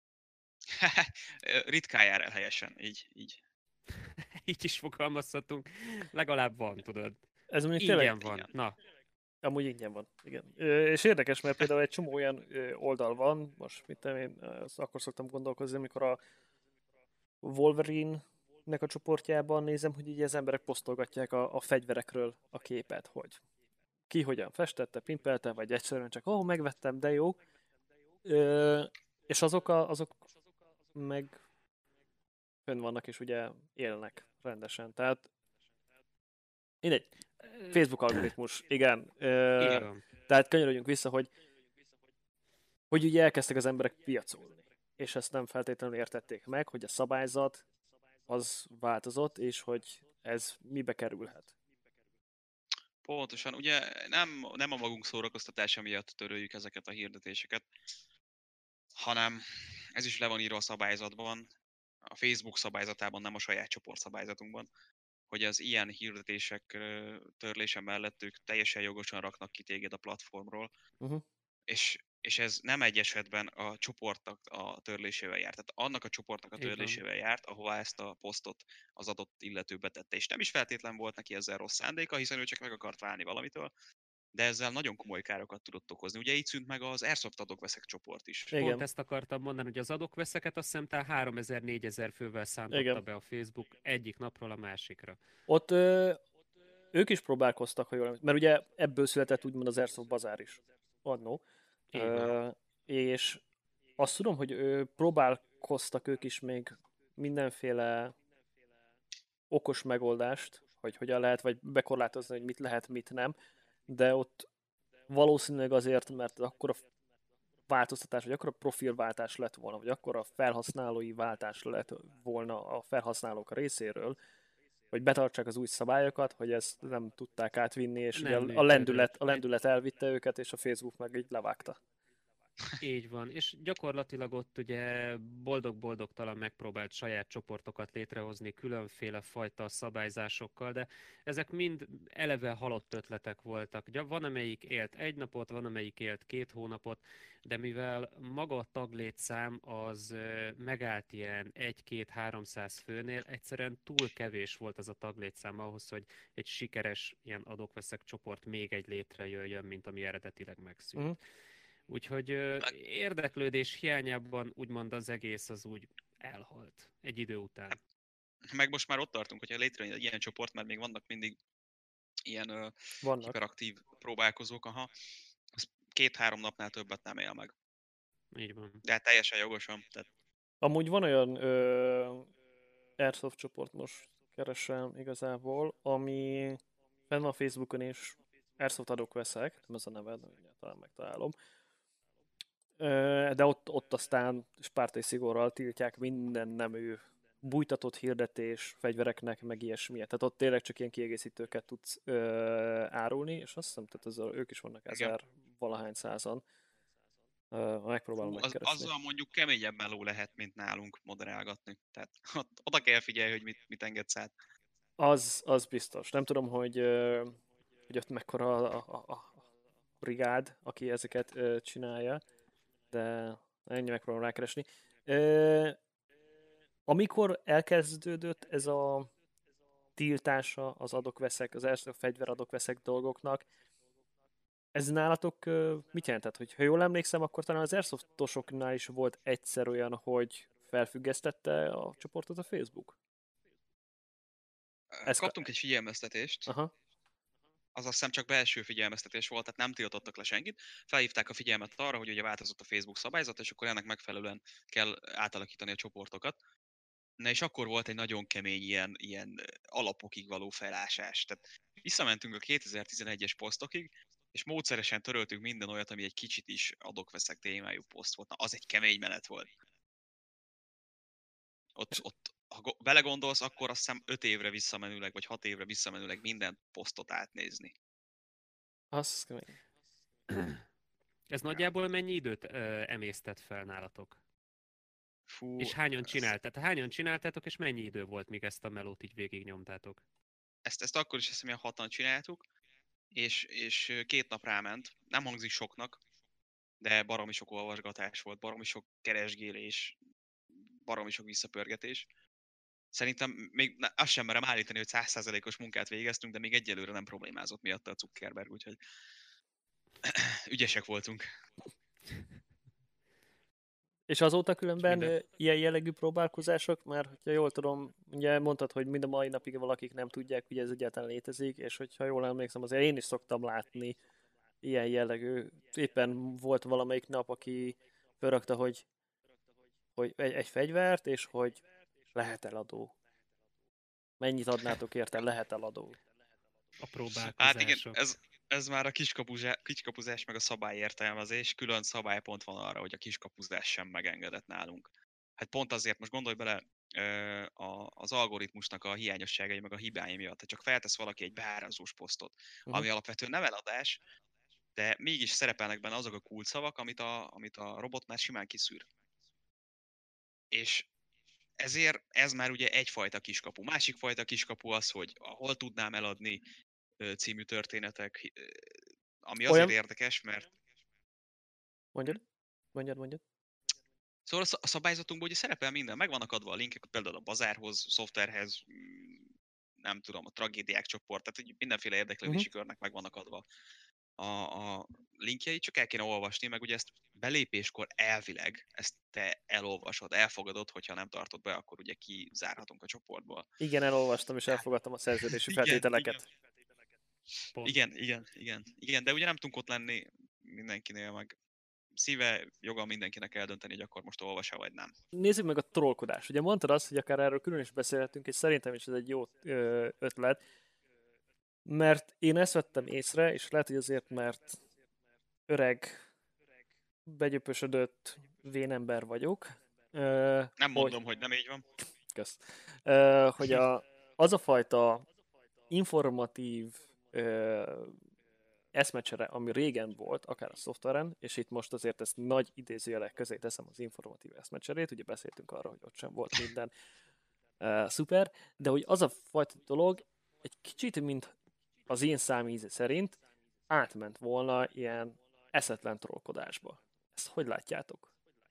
ritkán jár el helyesen, így. Így is fogalmazhatunk, legalább van, tudod. Ez mondjuk Ingyen tényleg, van. Na, amúgy ingyen van, igen. És érdekes, mert például egy csomó olyan oldal van, most mit tudom én, akkor szoktam gondolkozni, amikor a Wolverine-nek a csoportjában nézem, hogy így az emberek posztolgatják a fegyverekről a képet, hogy ki hogyan festette, pimpelte, vagy egyszerűen csak, megvettem, de jó. És azok meg fönn vannak, és ugye élnek rendesen. Tehát mindegy. Facebook algoritmus, igen. így van. Tehát kanyarodjunk vissza, hogy ugye elkezdtek az emberek piacolni. És ezt nem feltétlenül értették meg, hogy a szabályzat az változott, és hogy ez mibe kerülhet. Pontosan, ugye nem a magunk szórakoztatása miatt töröljük ezeket a hirdetéseket, hanem ez is le van írva a szabályzatban, a Facebook szabályzatában, nem a saját csoport szabályzatunkban, hogy az ilyen hirdetések törlése mellett ők teljesen jogosan raknak ki téged a platformról, Uh-huh. és ez nem egy esetben a csoportnak a törlésével járt. Tehát annak a csoportnak a Így van. törlésével járt, ahová ezt a posztot az adott illető betette. És nem is feltétlen volt neki ezzel rossz szándéka, hiszen ő csak meg akart válni valamitől, de ezzel nagyon komoly károkat tudott okozni. Ugye így szűnt meg az Airsoft adok-veszek csoport is. Igen. Pont ezt akartam mondani, hogy az adok-veszeket azt hiszem 3000-4000 fővel szántotta Igen. be a Facebook egyik napról a másikra. Ott ők is próbálkoztak, ha jól emlékszem, mert ugye ebből született úgymond az Airsoft bazár is annó. Így van. És azt tudom, hogy próbálkoztak ők is még mindenféle okos megoldást, hogy hogyan lehet, vagy bekorlátozni, hogy mit lehet, mit nem, de ott valószínűleg azért, mert akkor a változtatás, vagy akkor a profilváltás lett volna, vagy akkor a felhasználói váltás lett volna a felhasználók részéről, hogy betartsák az új szabályokat, hogy ezt nem tudták átvinni, és Nem ugye működött. a lendület elvitte őket, és a Facebook meg így levágta. Így van, és gyakorlatilag ott ugye boldog-boldogtalan megpróbált saját csoportokat létrehozni különféle fajta szabályzásokkal, de ezek mind eleve halott ötletek voltak. Van, amelyik élt egy napot, van, amelyik élt 2 hónapot, de mivel maga a taglétszám az megállt ilyen 1-2-300 főnél, egyszerűen túl kevés volt az a taglétszám ahhoz, hogy egy sikeres ilyen adok-veszek csoport még egy létrejöjjön, mint ami eredetileg megszűnt. Uh-huh. Úgyhogy érdeklődés hiányában úgymond az egész az úgy elhalt egy idő után. Meg most már ott tartunk, hogyha létrejön egy ilyen csoport, mert még vannak mindig ilyen Vannak. hiperaktív próbálkozók, az 2-3 napnál többet nem él meg. Így van. De hát teljesen jogosan. Tehát Amúgy van olyan Airsoft csoport, most keresem igazából, ami fenn van Facebookon is, Airsoft adok-veszek, nem ez a neve, de talán megtalálom. De ott aztán spártai szigorral tiltják minden nemű bújtatott hirdetés fegyvereknek, meg ilyesmi. Tehát ott tényleg csak ilyen kiegészítőket tudsz árulni, és azt hiszem, tehát ők is vannak 1000 valahány százan. Megpróbálom megkeresni. Azzal mondjuk keményebb meló lehet, mint nálunk moderálgatni. Tehát oda kell figyelni, hogy mit engedsz át. Az biztos. Nem tudom, hogy ott mekkora a brigád, aki ezeket csinálja, de ennyi megpróbálom rákeresni. Amikor elkezdődött ez a tiltása az adok-veszek, az első fegyveradok-veszek dolgoknak, ez nálatok mit jelentett? Hogy ha jól emlékszem, akkor talán az Airsoftosoknál is volt egyszer olyan, hogy felfüggesztette a csoportot a Facebook? Kaptunk egy figyelmeztetést, Aha. az azt hiszem csak belső figyelmeztetés volt, tehát nem tiltottak le senkit. Felhívták a figyelmet arra, hogy ugye változott a Facebook szabályzat, és akkor ennek megfelelően kell átalakítani a csoportokat. Na és akkor volt egy nagyon kemény ilyen alapokig való felásás. Tehát visszamentünk a 2011-es posztokig, és módszeresen töröltünk minden olyat, ami egy kicsit is adok-veszek témájú poszt volt. Na, az egy kemény menet volt. Ott ha belegondolsz, akkor azt hiszem 5 évre visszamenőleg, vagy 6 évre visszamenőleg minden posztot átnézni. Az kemény. Ez nagyjából mennyi időt emésztett fel nálatok? Fú, És hányan csináltátok, és mennyi idő volt, míg ezt a melót így végignyomtátok? ezt akkor is hiszem, hogy 6-an csináltuk, és 2 nap ráment. Nem hangzik soknak, de baromi sok olvasgatás volt, baromi sok keresgélés, baromi sok visszapörgetés. Szerintem még azt sem merem állítani, hogy 100%-os munkát végeztünk, de még egyelőre nem problémázott miatta a Zuckerberg, úgyhogy ügyesek voltunk. És azóta különben minden- ilyen jellegű próbálkozások, mert hogyha jól tudom, ugye mondtad, hogy mind a mai napig valakik nem tudják, hogy ez egyáltalán létezik, és hogyha jól emlékszem, azért én is szoktam látni ilyen jellegű. Éppen volt valamelyik nap, aki felrakta, hogy egy fegyvert, és hogy lehet eladó. Mennyit adnátok érte, lehet eladó. A Hát igen, próbálkozások. ez már a kiskapuzás meg a szabályértelmezés, külön szabálypont van arra, hogy a kiskapuzás sem megengedett nálunk. Hát pont azért, most gondolj bele az algoritmusnak a hiányosságai meg a hibái miatt. Ha csak feltesz valaki egy beárazós posztot, ami alapvetően nem eladás, de mégis szerepelnek benne azok a kulcsszavak, amit a robot már simán kiszűr. És ezért ez már ugye egyfajta kiskapu. Másik fajta kiskapu az, hogy hol tudnám eladni című történetek, ami azért Olyan... érdekes, mert Mondjad. szóval a szabályzatunkban ugye szerepel minden, meg vannak adva a linkek, például a bazárhoz, szoftverhez, nem tudom, a tragédiák csoport, tehát hogy mindenféle érdeklődési körnek meg vannak adva a linkjei, csak el kéne olvasni, meg ugye ezt belépéskor elvileg ezt te elolvasod, elfogadod, hogyha nem tartod be, akkor ugye kizárhatunk a csoportból. Igen, elolvastam és elfogadtam a szerződési feltételeket. Igen, de ugye nem tudunk ott lenni mindenkinél, meg szíve, joga mindenkinek eldönteni, hogy akkor most olvas-e vagy nem. Nézzük meg a trollkodást. Ugye mondtad azt, hogy akár erről külön is beszélhetünk, és szerintem is ez egy jó ötlet, mert én ezt vettem észre, és lehet, hogy azért, mert öreg, begyöpösödött vénember vagyok. Nem mondom, hogy nem így van. Kösz. Hogy az a fajta informatív eszmecsere, ami régen volt, akár a szoftveren, és itt most azért ezt nagy idézőjelek közé teszem az informatív eszmecserét, ugye beszéltünk arról, hogy ott sem volt minden szuper, de hogy az a fajta dolog egy kicsit, mint az én számíze szerint átment volna ilyen eszetlen trollkodásba. Ezt hogy látjátok?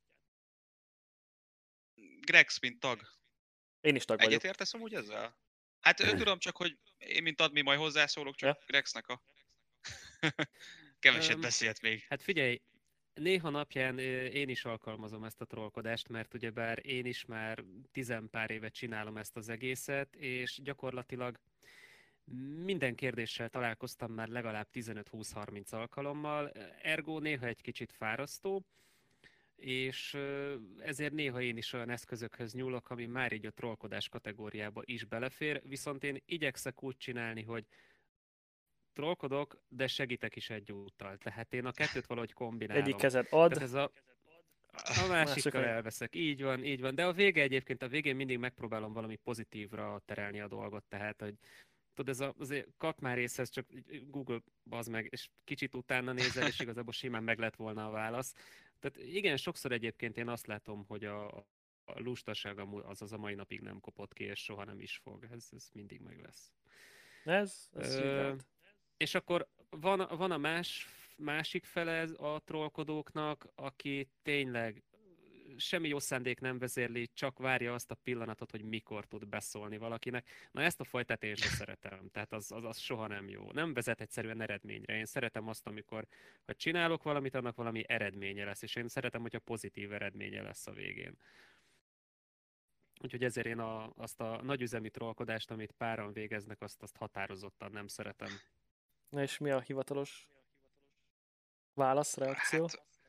Grex, mint tag. Én is tag vagyok. Egyetértesz amúgy ezzel? Hát tudom csak, hogy én mint admin majd hozzászólok, csak Ja. Grexnek a keveset beszélt még. Hát figyelj, néha napján én is alkalmazom ezt a trollkodást, mert ugyebár én is már tizenpár évet csinálom ezt az egészet, és gyakorlatilag minden kérdéssel találkoztam már legalább 15-20-30 alkalommal, ergo néha egy kicsit fárasztó, és ezért néha én is olyan eszközökhöz nyúlok, ami már így a trollkodás kategóriába is belefér, viszont én igyekszek úgy csinálni, hogy trollkodok, de segítek is egyúttal. Tehát én a kettőt valahogy kombinálom. Egyik kezed ad, Tehát ez a másikkal elveszek. Így van. De a végén mindig megpróbálom valami pozitívra terelni a dolgot. Tehát, hogy tudod, azért kakmár részhez csak Google bazd meg, és kicsit utána nézel, és igazából simán meg lett volna a válasz. Tehát igen, sokszor egyébként én azt látom, hogy a lustaság az a mai napig nem kopott ki, és soha nem is fog. Ez mindig meg lesz. Ez szívelt. És akkor van a másik fele a trollkodóknak, aki tényleg semmi jó szándék nem vezérli, csak várja azt a pillanatot, hogy mikor tud beszólni valakinek. Na ezt a fajtát én sem szeretem, tehát az soha nem jó. Nem vezet egyszerűen eredményre. Én szeretem azt, amikor ha csinálok valamit, annak valami eredménye lesz, és én szeretem, hogyha pozitív eredménye lesz a végén. Úgyhogy ezért én azt a nagyüzemi trollkodást, amit páran végeznek, azt határozottan nem szeretem. Na és mi a hivatalos válasz, reakció? Hát,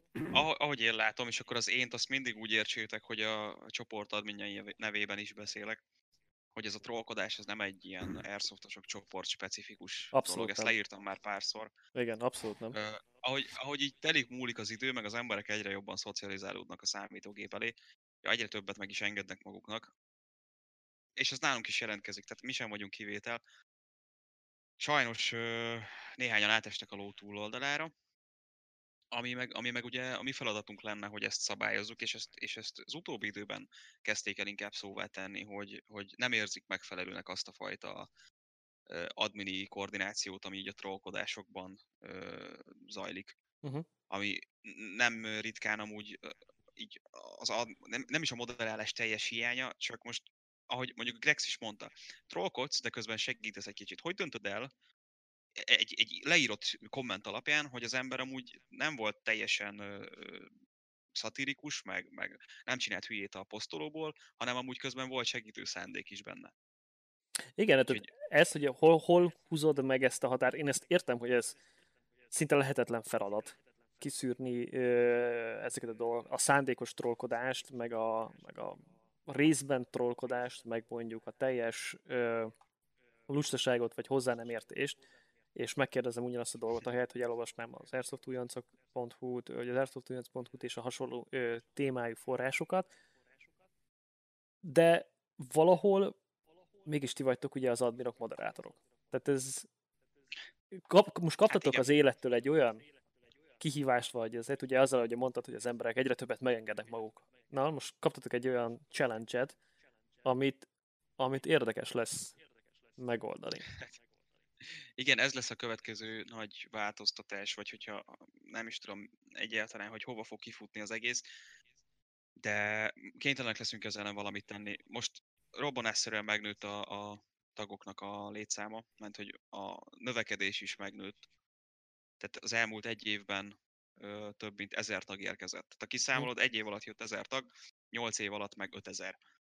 ahogy én látom, és akkor az ént azt mindig úgy értsétek, hogy a csoport adminjai nevében is beszélek, hogy ez a trollkodás ez nem egy ilyen airsoftosok csoport specifikus dolog. Abszolút Ezt nem. leírtam már párszor. Igen, abszolút nem. Ahogy így telik múlik az idő, meg az emberek egyre jobban szocializálódnak a számítógép elé, egyre többet meg is engednek maguknak, és ez nálunk is jelentkezik, tehát mi sem vagyunk kivétel. Sajnos néhányan átestek a ló túloldalára, ami meg ugye a mi feladatunk lenne, hogy ezt szabályozzuk, és ezt az utóbbi időben kezdték el inkább szóvá tenni, hogy nem érzik megfelelőnek azt a fajta admini koordinációt, ami így a trollkodásokban zajlik. Uh-huh. Ami nem ritkán amúgy így nem is a moderálás teljes hiánya, csak most, ahogy mondjuk Grex is mondta, trollkodsz, de közben segítesz egy kicsit. Hogy döntöd el egy leírott komment alapján, hogy az ember amúgy nem volt teljesen szatirikus, meg nem csinált hülyét a posztolóból, hanem amúgy közben volt segítő szándék is benne. Igen, tehát Úgyhogy ez, hogy hol húzod meg ezt a határt, én ezt értem, hogy ez szinte lehetetlen feladat kiszűrni ezeket a dolgokat, a szándékos trollkodást, meg a részben trollkodást, meg mondjuk a teljes lustaságot, vagy hozzá nem értést, és megkérdezem ugyanazt a dolgot, ahelyett, hogy elolvasnám az airsoftújoncok.hu-t, vagy az airsoftújonc.hu-t és a hasonló témájú forrásokat, de valahol mégis ti vagytok ugye az adminok, moderátorok. Tehát ez most kaptatok igen. az élettől egy olyan kihívást, vagy ezért ugye azzal, hogy mondtad, hogy az emberek egyre többet megengednek maguk. Na, most kaptatok egy olyan challenge-et, amit érdekes lesz megoldani. Igen, ez lesz a következő nagy változtatás, vagy hogyha nem is tudom egyáltalán, hogy hova fog kifutni az egész, de kénytelenek leszünk ezzel ellen valamit tenni. Most robbanásszerűen megnőtt a tagoknak a létszáma, mert hogy a növekedés is megnőtt. Tehát az elmúlt egy évben több mint 1000 tag érkezett. Tehát ha kiszámolod, egy év alatt jött 1000 tag, 8 év alatt meg 5000.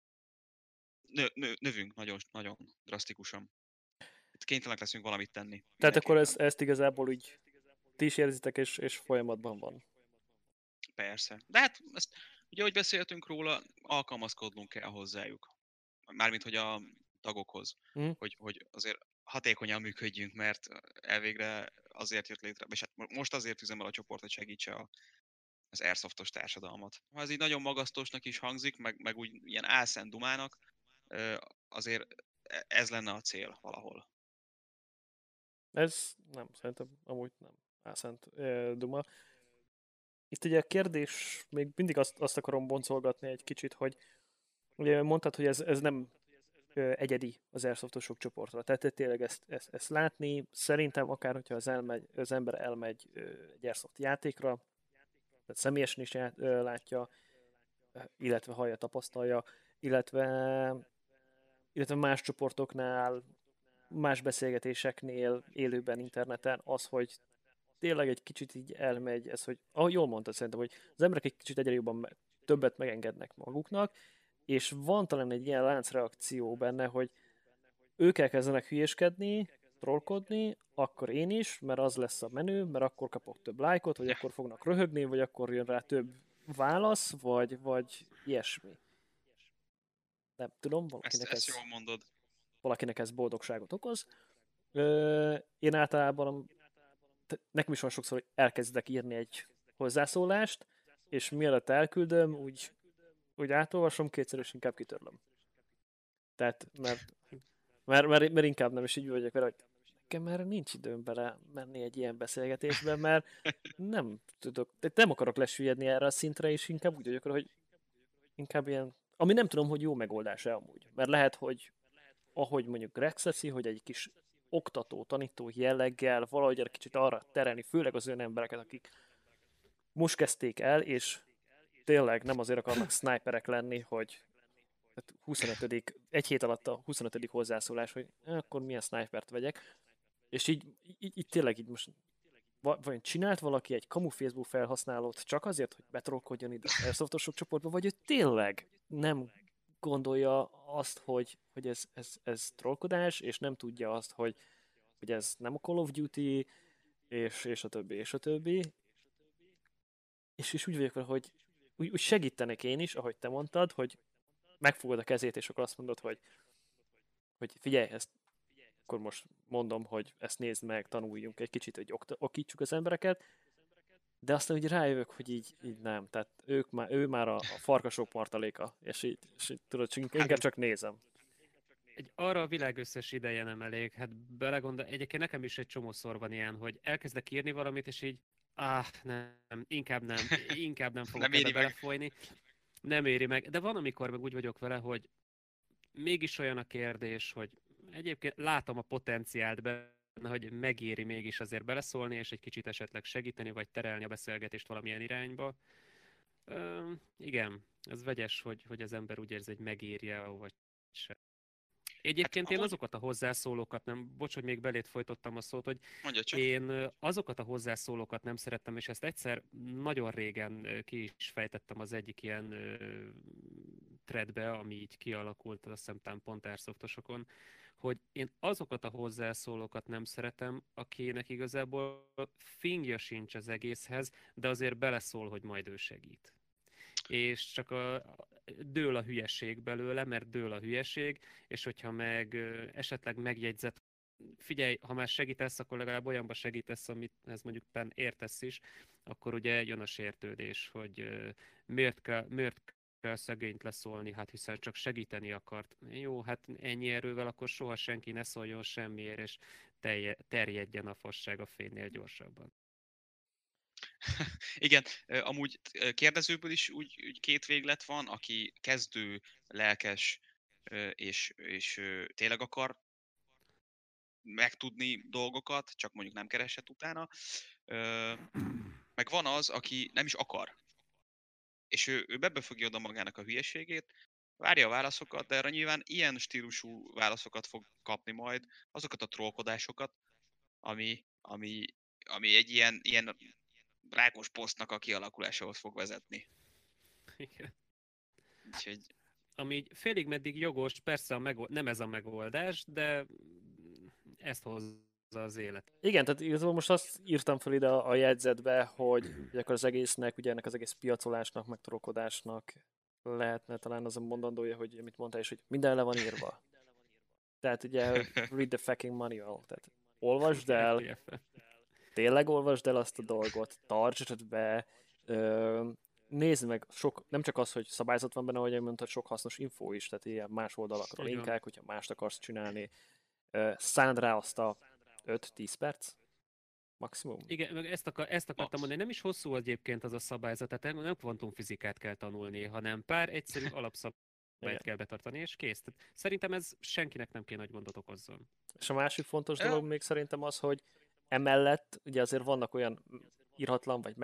Növünk nagyon, nagyon drasztikusan. Tehát kénytelenek leszünk valamit tenni. Tehát akkor Mindenképpen. ezt igazából úgy ti is érzitek, és folyamatban van. Persze. De hát ezt, ugye, ahogy beszéltünk róla, alkalmazkodnunk kell hozzájuk. Mármint, hogy a tagokhoz. Mm. Hogy azért hatékonyan működjünk, mert elvégre azért jött létre, és hát most azért üzemel a csoport, hogy segítse az airsoftos társadalmat. Ha ez így nagyon magasztosnak is hangzik, meg úgy ilyen álszent dumának, azért ez lenne a cél valahol. Ez nem, szerintem amúgy nem álszent duma. Itt ugye a kérdés, még mindig azt akarom boncolgatni egy kicsit, hogy ugye mondtad, hogy ez nem egyedi az airsoftosok csoportra. Tehát tényleg ezt látni, szerintem akár, hogyha az ember elmegy egy airsoft játékra, tehát személyesen is látja, illetve hallja, tapasztalja, illetve más csoportoknál, más beszélgetéseknél, élőben interneten az, hogy tényleg egy kicsit így elmegy ez, hogy ahogy jól mondtad szerintem, hogy az emberek egy kicsit egyre jobban többet megengednek maguknak, és van talán egy ilyen láncreakció benne, hogy ők elkezdenek hülyéskedni, trollkodni, akkor én is, mert az lesz a menő, mert akkor kapok több lájkot, vagy akkor fognak röhögni, vagy akkor jön rá több válasz, vagy ilyesmi. Nem tudom, Ezt jól mondod. valakinek ez boldogságot okoz. Én általában, nekem is van sokszor, hogy elkezdek írni egy hozzászólást, és mielőtt elküldöm, úgy átolvasom, kétszer és inkább kitörlöm. Tehát, mert inkább nem is így vagyok vele, hogy nekem erre nincs időm bele menni egy ilyen beszélgetésbe, mert nem tudok, nem akarok lesüllyedni erre a szintre, és inkább úgy vagyok vele, hogy inkább ilyen, ami nem tudom, hogy jó megoldás-e amúgy. Mert lehet, hogy ahogy mondjuk Greg teszi, hogy egy kis oktató, tanító jelleggel valahogy egy kicsit arra terelni, főleg az olyan embereket, akik most kezdték el, és tényleg nem azért akarnak sniperek lenni, hogy 25. egy hét alatt a 25. hozzászólás, hogy akkor milyen snipert vegyek. És így tényleg így most vagy csinált valaki egy kamu Facebook felhasználót csak azért, hogy betrollkodjon ide az airsoftosok csoportba, vagy ő tényleg nem gondolja azt, hogy ez trollkodás, és nem tudja azt, hogy ez nem a Call of Duty, és a többi, és a többi. és úgy vagyok vele, hogy úgy segítenek én is, ahogy te mondtad, hogy megfogod a kezét, és akkor azt mondod, hogy figyelj, ezt akkor most mondom, hogy ezt nézd meg, tanuljunk egy kicsit, hogy okítsuk az embereket, de aztán úgy rájövök, hogy így nem. Tehát ő már a farkasok martaléka, és így tudod, inkább Igen. csak nézem. Arra a világ összes ideje nem elég. Hát belegondol, egyébként nekem is egy csomószor van ilyen, hogy elkezdek írni valamit, és így, nem, inkább nem fogok Nem ebbe éri meg. belefolyni. Nem éri meg. De van, amikor meg úgy vagyok vele, hogy mégis olyan a kérdés, hogy egyébként látom a potenciált benne, hogy megéri mégis azért beleszólni, és egy kicsit esetleg segíteni, vagy terelni a beszélgetést valamilyen irányba. Igen, ez vegyes, hogy az ember úgy érzi, hogy megírja, vagy sem. Egyébként én amúgy azokat a hozzászólókat nem, bocs, hogy még belét folytottam a szót, hogy mondja csak. én azokat a hozzászólókat nem szerettem, és ezt egyszer nagyon régen ki is fejtettem az egyik ilyen threadbe, ami így kialakult, azt hiszem talán pont Airsoftosokon, hogy én azokat a hozzászólókat nem szeretem, akinek igazából fingja sincs az egészhez, de azért beleszól, hogy majd ő segít. És csak dől a hülyeség belőle, mert dől a hülyeség, és hogyha meg esetleg megjegyzett, figyelj, ha már segítesz, akkor legalább olyanba segítesz, amit ez mondjuk talán értesz is, akkor ugye jön a sértődés, hogy miért kell szegényt leszólni, hát hiszen csak segíteni akart. Jó, hát ennyi erővel akkor soha senki ne szóljon semmiért, és terjedjen a fasság a fénynél gyorsabban. Igen, amúgy kérdezőből is úgy két véglet van, aki kezdő, lelkes, és tényleg akar megtudni dolgokat, csak mondjuk nem keresett utána. Meg van az, aki nem is akar, és ő bebefogja oda magának a hülyeségét, várja a válaszokat, de erre nyilván ilyen stílusú válaszokat fog kapni majd, azokat a trollkodásokat, ami, ami egy ilyen rákos posztnak a kialakulásához fog vezetni. Igen. Úgyhogy Ami így félig meddig jogos, persze nem ez a megoldás, de ezt hozza az élet. Igen, tehát igazából most azt írtam fel ide a jegyzetbe, hogy akkor az egésznek, ugye ennek az egész piacolásnak, meg trollkodásnak lehetne talán az a mondandója, hogy mit mondtál is, hogy minden le van írva. Tehát ugye read the fucking manual, tehát olvasd el, tényleg olvasd el azt a dolgot, tartsd be, nézd meg, nem csak az, hogy szabályzat van benne, ahogy mondtad, sok hasznos info is, tehát ilyen más oldalakról Így van. linkek, hogyha mást akarsz csinálni, szánd rá azt a 5-10 perc maximum. Igen, meg ezt akartam mondani, nem is hosszú egyébként az a szabályzat, tehát nem kvantumfizikát kell tanulni, hanem pár egyszerű alapszabályt Igen. kell betartani, és kész. Tehát szerintem ez senkinek nem kéne nagy gondot okozzon. És a másik fontos Ja. dolog még szerintem az, hogy emellett ugye azért vannak olyan írhatlan vagy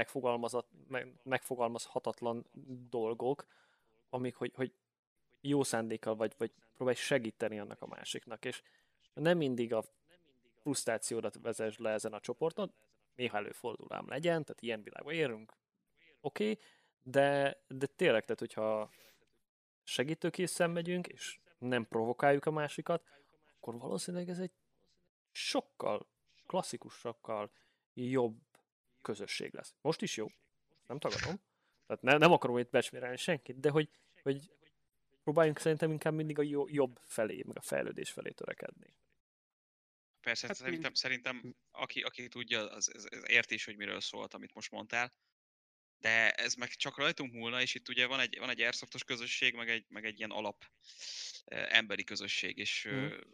megfogalmazhatatlan dolgok, amik, hogy jó szándékkal vagy próbálj segíteni annak a másiknak, és nem mindig a frusztrációdat vezess le ezen a csoporton, néha előfordul ám legyen, tehát ilyen világban érünk, oké, de tényleg, tehát hogyha segítőkészen megyünk, és nem provokáljuk a másikat, akkor valószínűleg ez egy sokkal klasszikusakkal jobb közösség lesz. Most is jó, nem tagadom, tehát nem akarom itt becsmérelni senkit, de hogy próbáljunk szerintem inkább mindig a jobb felé, meg a fejlődés felé törekedni. persze, Hát szerintem aki tudja, az érti is, hogy miről szólt, amit most mondtál. De ez meg csak rajtunk múlna, és itt ugye van egy airsoftos közösség, meg egy ilyen alap emberi közösség, és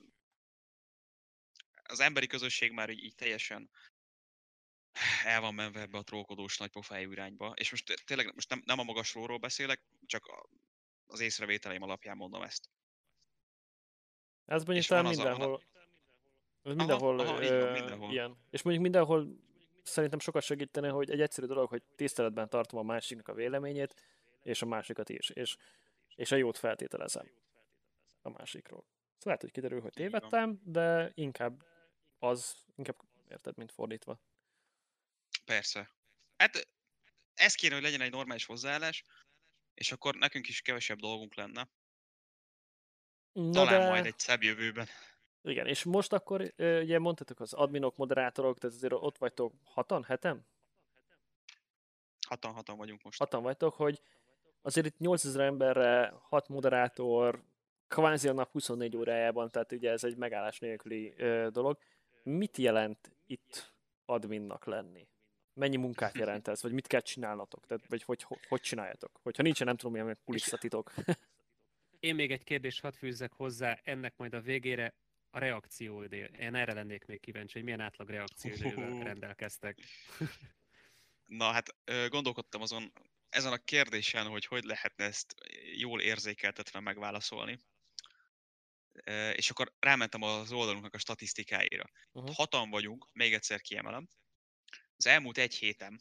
az emberi közösség már így teljesen el van menve ebbe a trollkodós nagypofájú irányba. És most tényleg most nem a magasról beszélek, csak az észrevételeim alapján mondom ezt. Ez mondjuk És talán van az mindenhol, aha, így van, mindenhol. ilyen. És mondjuk mindenhol szerintem sokat segítene, hogy egy egyszerű dolog, hogy tiszteletben tartom a másiknak a véleményét, és a másikat is, és a jót feltételezem a másikról. Szóval lehet, hogy kiderül, hogy Így van. tévedtem, de inkább érted, mint fordítva. Persze. Hát ez kéne, hogy legyen egy normális hozzáállás, és akkor nekünk is kevesebb dolgunk lenne. Na Talán de... majd egy szebb jövőben. Igen, és most akkor ugye mondhatok az adminok, moderátorok, tehát azért ott vagytok 6-an, 7-en? Hatan vagyunk most. 6-an vagytok, hogy azért itt 8000 emberre 6 moderátor, kvázi a nap 24 órájában, tehát ugye ez egy megállás nélküli dolog. Mit jelent itt adminnak lenni? Mennyi munkát jelent ez? Vagy mit kell csinálnatok? Tehát, vagy hogy csináljátok? Hogyha nincsen, nem tudom, milyen kulisszatitok. Én még egy kérdést hadd fűzzek hozzá, ennek majd a végére a reakcióidő. Én erre lennék még kíváncsi, hogy milyen átlag reakcióidővel rendelkeztek. Na hát gondolkodtam ezen a kérdésen, hogy lehetne ezt jól érzékeltetve megválaszolni. És akkor rámentem az oldalunknak a statisztikáira. Uh-huh. 6-an vagyunk, még egyszer kiemelem. Az elmúlt egy héten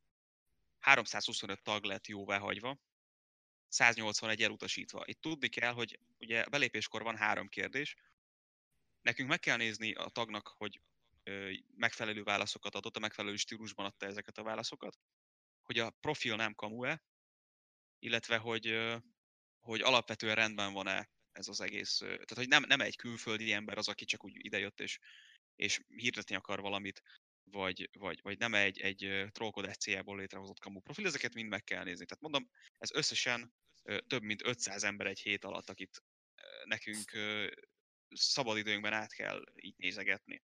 325 tag lett jóváhagyva, 181 elutasítva. Itt tudni kell, hogy ugye belépéskor van 3 kérdés. Nekünk meg kell nézni a tagnak, hogy megfelelő válaszokat adott, a megfelelő stílusban adta ezeket a válaszokat, hogy a profil nem kamu-e, illetve hogy alapvetően rendben van-e ez az egész. Tehát, hogy nem egy külföldi ember az, aki csak úgy idejött és hirdetni akar valamit, vagy nem egy trollkodás céljából létrehozott kamu profil, ezeket mind meg kell nézni. Tehát mondom, ez összesen több mint 500 ember egy hét alatt, akit nekünk szabadidőnkben át kell így nézegetni.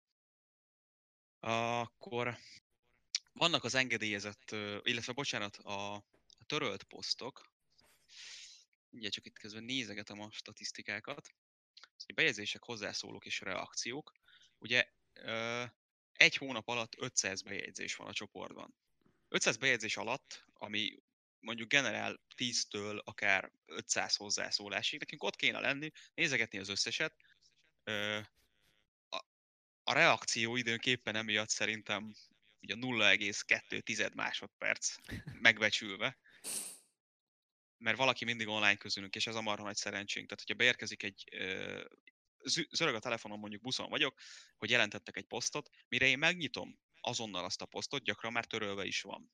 Akkor vannak az engedélyezett, illetve bocsánat, a törölt posztok. Ugye csak itt közben nézegetem a statisztikákat. Bejegyzések, hozzászólók és reakciók. Ugye egy hónap alatt 500 bejegyzés van a csoportban. 500 bejegyzés alatt, ami mondjuk generál 10-től akár 500 hozzászólásig, nekünk ott kéne lenni, nézegetni az összeset. A reakció időnképpen emiatt szerintem ugye 0,2 másodperc megbecsülve, mert valaki mindig online közülünk, és ez a marha nagy szerencsénk. Tehát, hogyha beérkezik egy zörög a telefonon, mondjuk buszon vagyok, hogy jelentettek egy posztot, mire én megnyitom azonnal azt a posztot, gyakran már törölve is van.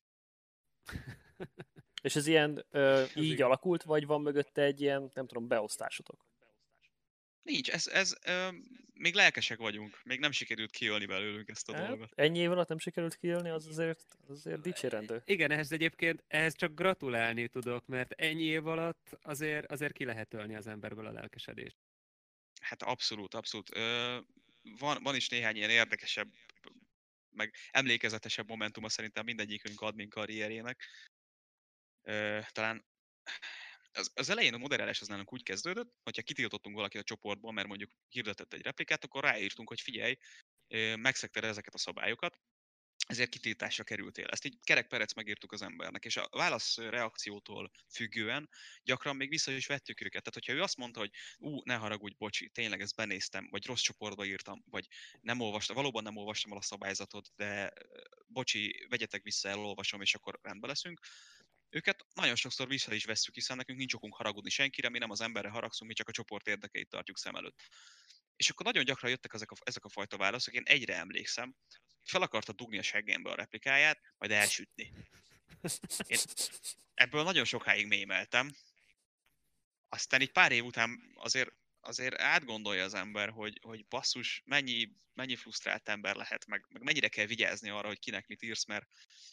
És ez ilyen így igen. alakult, vagy van mögötte egy ilyen, nem tudom, beosztásotok? Nincs, még lelkesek vagyunk, még nem sikerült kiölni belőlünk ezt a dolgot. Ennyi év alatt nem sikerült kijölni, az azért dicsérendő. Igen, ehhez csak gratulálni tudok, mert ennyi év alatt azért ki lehet ölni az emberből a lelkesedést. Hát abszolút, abszolút. Van is néhány ilyen érdekesebb, meg emlékezetesebb momentuma szerintem mindegyikünk admin karrierjének. Talán az elején a moderálás az nálunk úgy kezdődött, hogyha kitiltottunk valakit a csoportból, mert mondjuk hirdetett egy replikát, akkor ráírtunk, hogy figyelj, megszegted ezeket a szabályokat, ezért kitiltásra kerültél. Ezt így kerekperec megírtuk az embernek, és a válasz reakciótól függően gyakran még vissza is vettük őket. Tehát, hogyha ő azt mondta, hogy ne haragudj, bocsi, tényleg ezt benéztem, vagy rossz csoportba írtam, vagy valóban nem olvastam el a szabályzatot, de bocsi, vegyetek vissza, elolvasom, és akkor rendben leszünk. Őket nagyon sokszor vissza is vesszük, hiszen nekünk nincs okunk haragudni senkire, mi nem az emberre haragszunk, mi csak a csoport érdekeit tartjuk szem előtt. És akkor nagyon gyakran jöttek ezek a fajta válaszok, én egyre emlékszem, fel akarta dugni a seggembe a replikáját, majd elsütni. Én ebből nagyon sokáig mémeltem. Aztán így pár év után azért átgondolja az ember, hogy basszus, mennyi frusztrált ember lehet, meg mennyire kell vigyázni arra, hogy kinek mit írsz, mert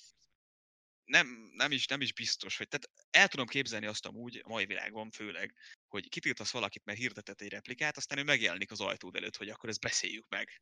nem is biztos, hogy tehát el tudom képzelni azt amúgy, a mai világban főleg, hogy kitiltasz valakit, mert hirdetett egy replikát, aztán ő megjelenik az ajtód előtt, hogy akkor ezt beszéljük meg.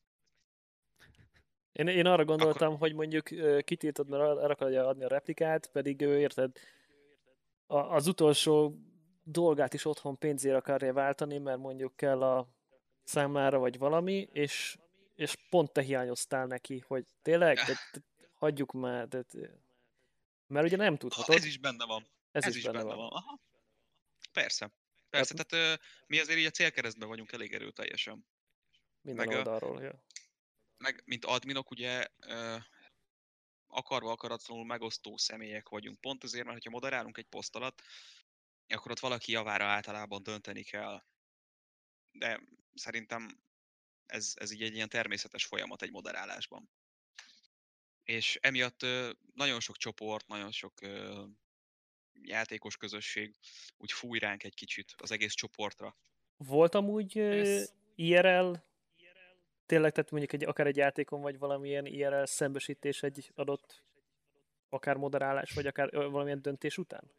Én arra gondoltam, hogy mondjuk kitiltod, mert el akarja adni a replikát, pedig ő, érted, az utolsó dolgát is otthon pénzére akarja váltani, mert mondjuk kell a számlára, vagy valami, és pont te hiányoztál neki, hogy tényleg, hagyjuk már, mert ugye nem tudhatod. Ez is benne van. Ez is benne van. Aha. Persze. Tehát mi azért így a célkeresztben vagyunk elég erőteljesen. Minden oldalról, ja. Meg mint adminok ugye akarva akaratlanul megosztó személyek vagyunk. Pont azért, mert ha moderálunk egy poszt alatt, akkor ott valaki javára általában dönteni kell. De szerintem ez így egy ilyen természetes folyamat egy moderálásban. És emiatt nagyon sok csoport, nagyon sok játékos közösség úgy fúj ránk egy kicsit az egész csoportra. Volt amúgy IRL, tényleg, tehát mondjuk akár egy játékon, vagy valamilyen IRL szembesítés egy adott Akár moderálás, vagy akár valamilyen döntés után?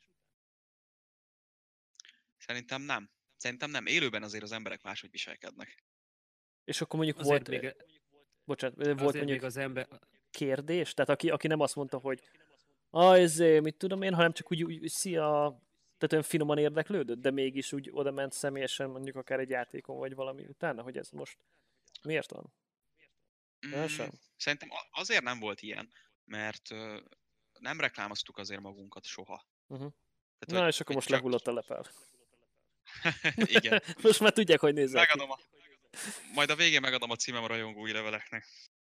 Szerintem nem. Szerintem nem. Élőben azért az emberek máshogy viselkednek. És akkor mondjuk Azért volt, még, bocsánat, volt azért még mondjuk az ember... kérdés? Tehát aki nem azt mondta, hogy mit tudom én, hanem csak úgy szia, tehát olyan finoman érdeklődött, de mégis úgy oda ment személyesen mondjuk akár egy játékon, vagy valami utána, hogy ez most miért van? El sem? Szerintem azért nem volt ilyen, mert nem reklámoztuk azért magunkat soha. Uh-huh. Tehát, Na és akkor hogy most csak... lehullott a lepel. Igen. Most már tudják, hogy nézzel ki. Megadom a... Majd a végén megadom a címem a rajongói leveleknek.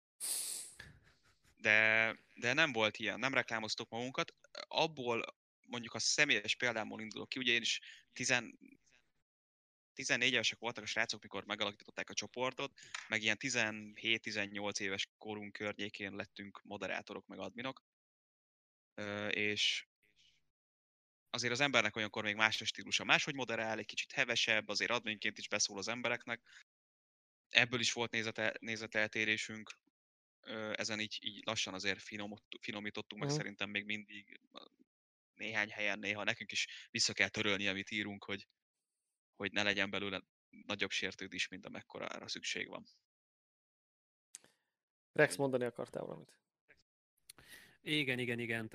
De nem volt ilyen, nem reklámoztuk magunkat. Abból mondjuk a személyes példámból indulok ki, ugye én is 14 évesek voltak a srácok, mikor megalakították a csoportot, meg ilyen 17-18 éves korunk környékén lettünk moderátorok, meg adminok, és azért az embernek olyankor még más a stílusa, máshogy moderál, egy kicsit hevesebb, azért adminként is beszól az embereknek. Ebből is volt nézeteltérésünk, ezen így lassan azért finomítottunk, meg Uh-huh. szerintem még mindig néhány helyen néha nekünk is vissza kell törölni, amit írunk, hogy ne legyen belőle nagyobb sértődés, mint amekkorára szükség van. Rex, mondani akartál valamit. Igen.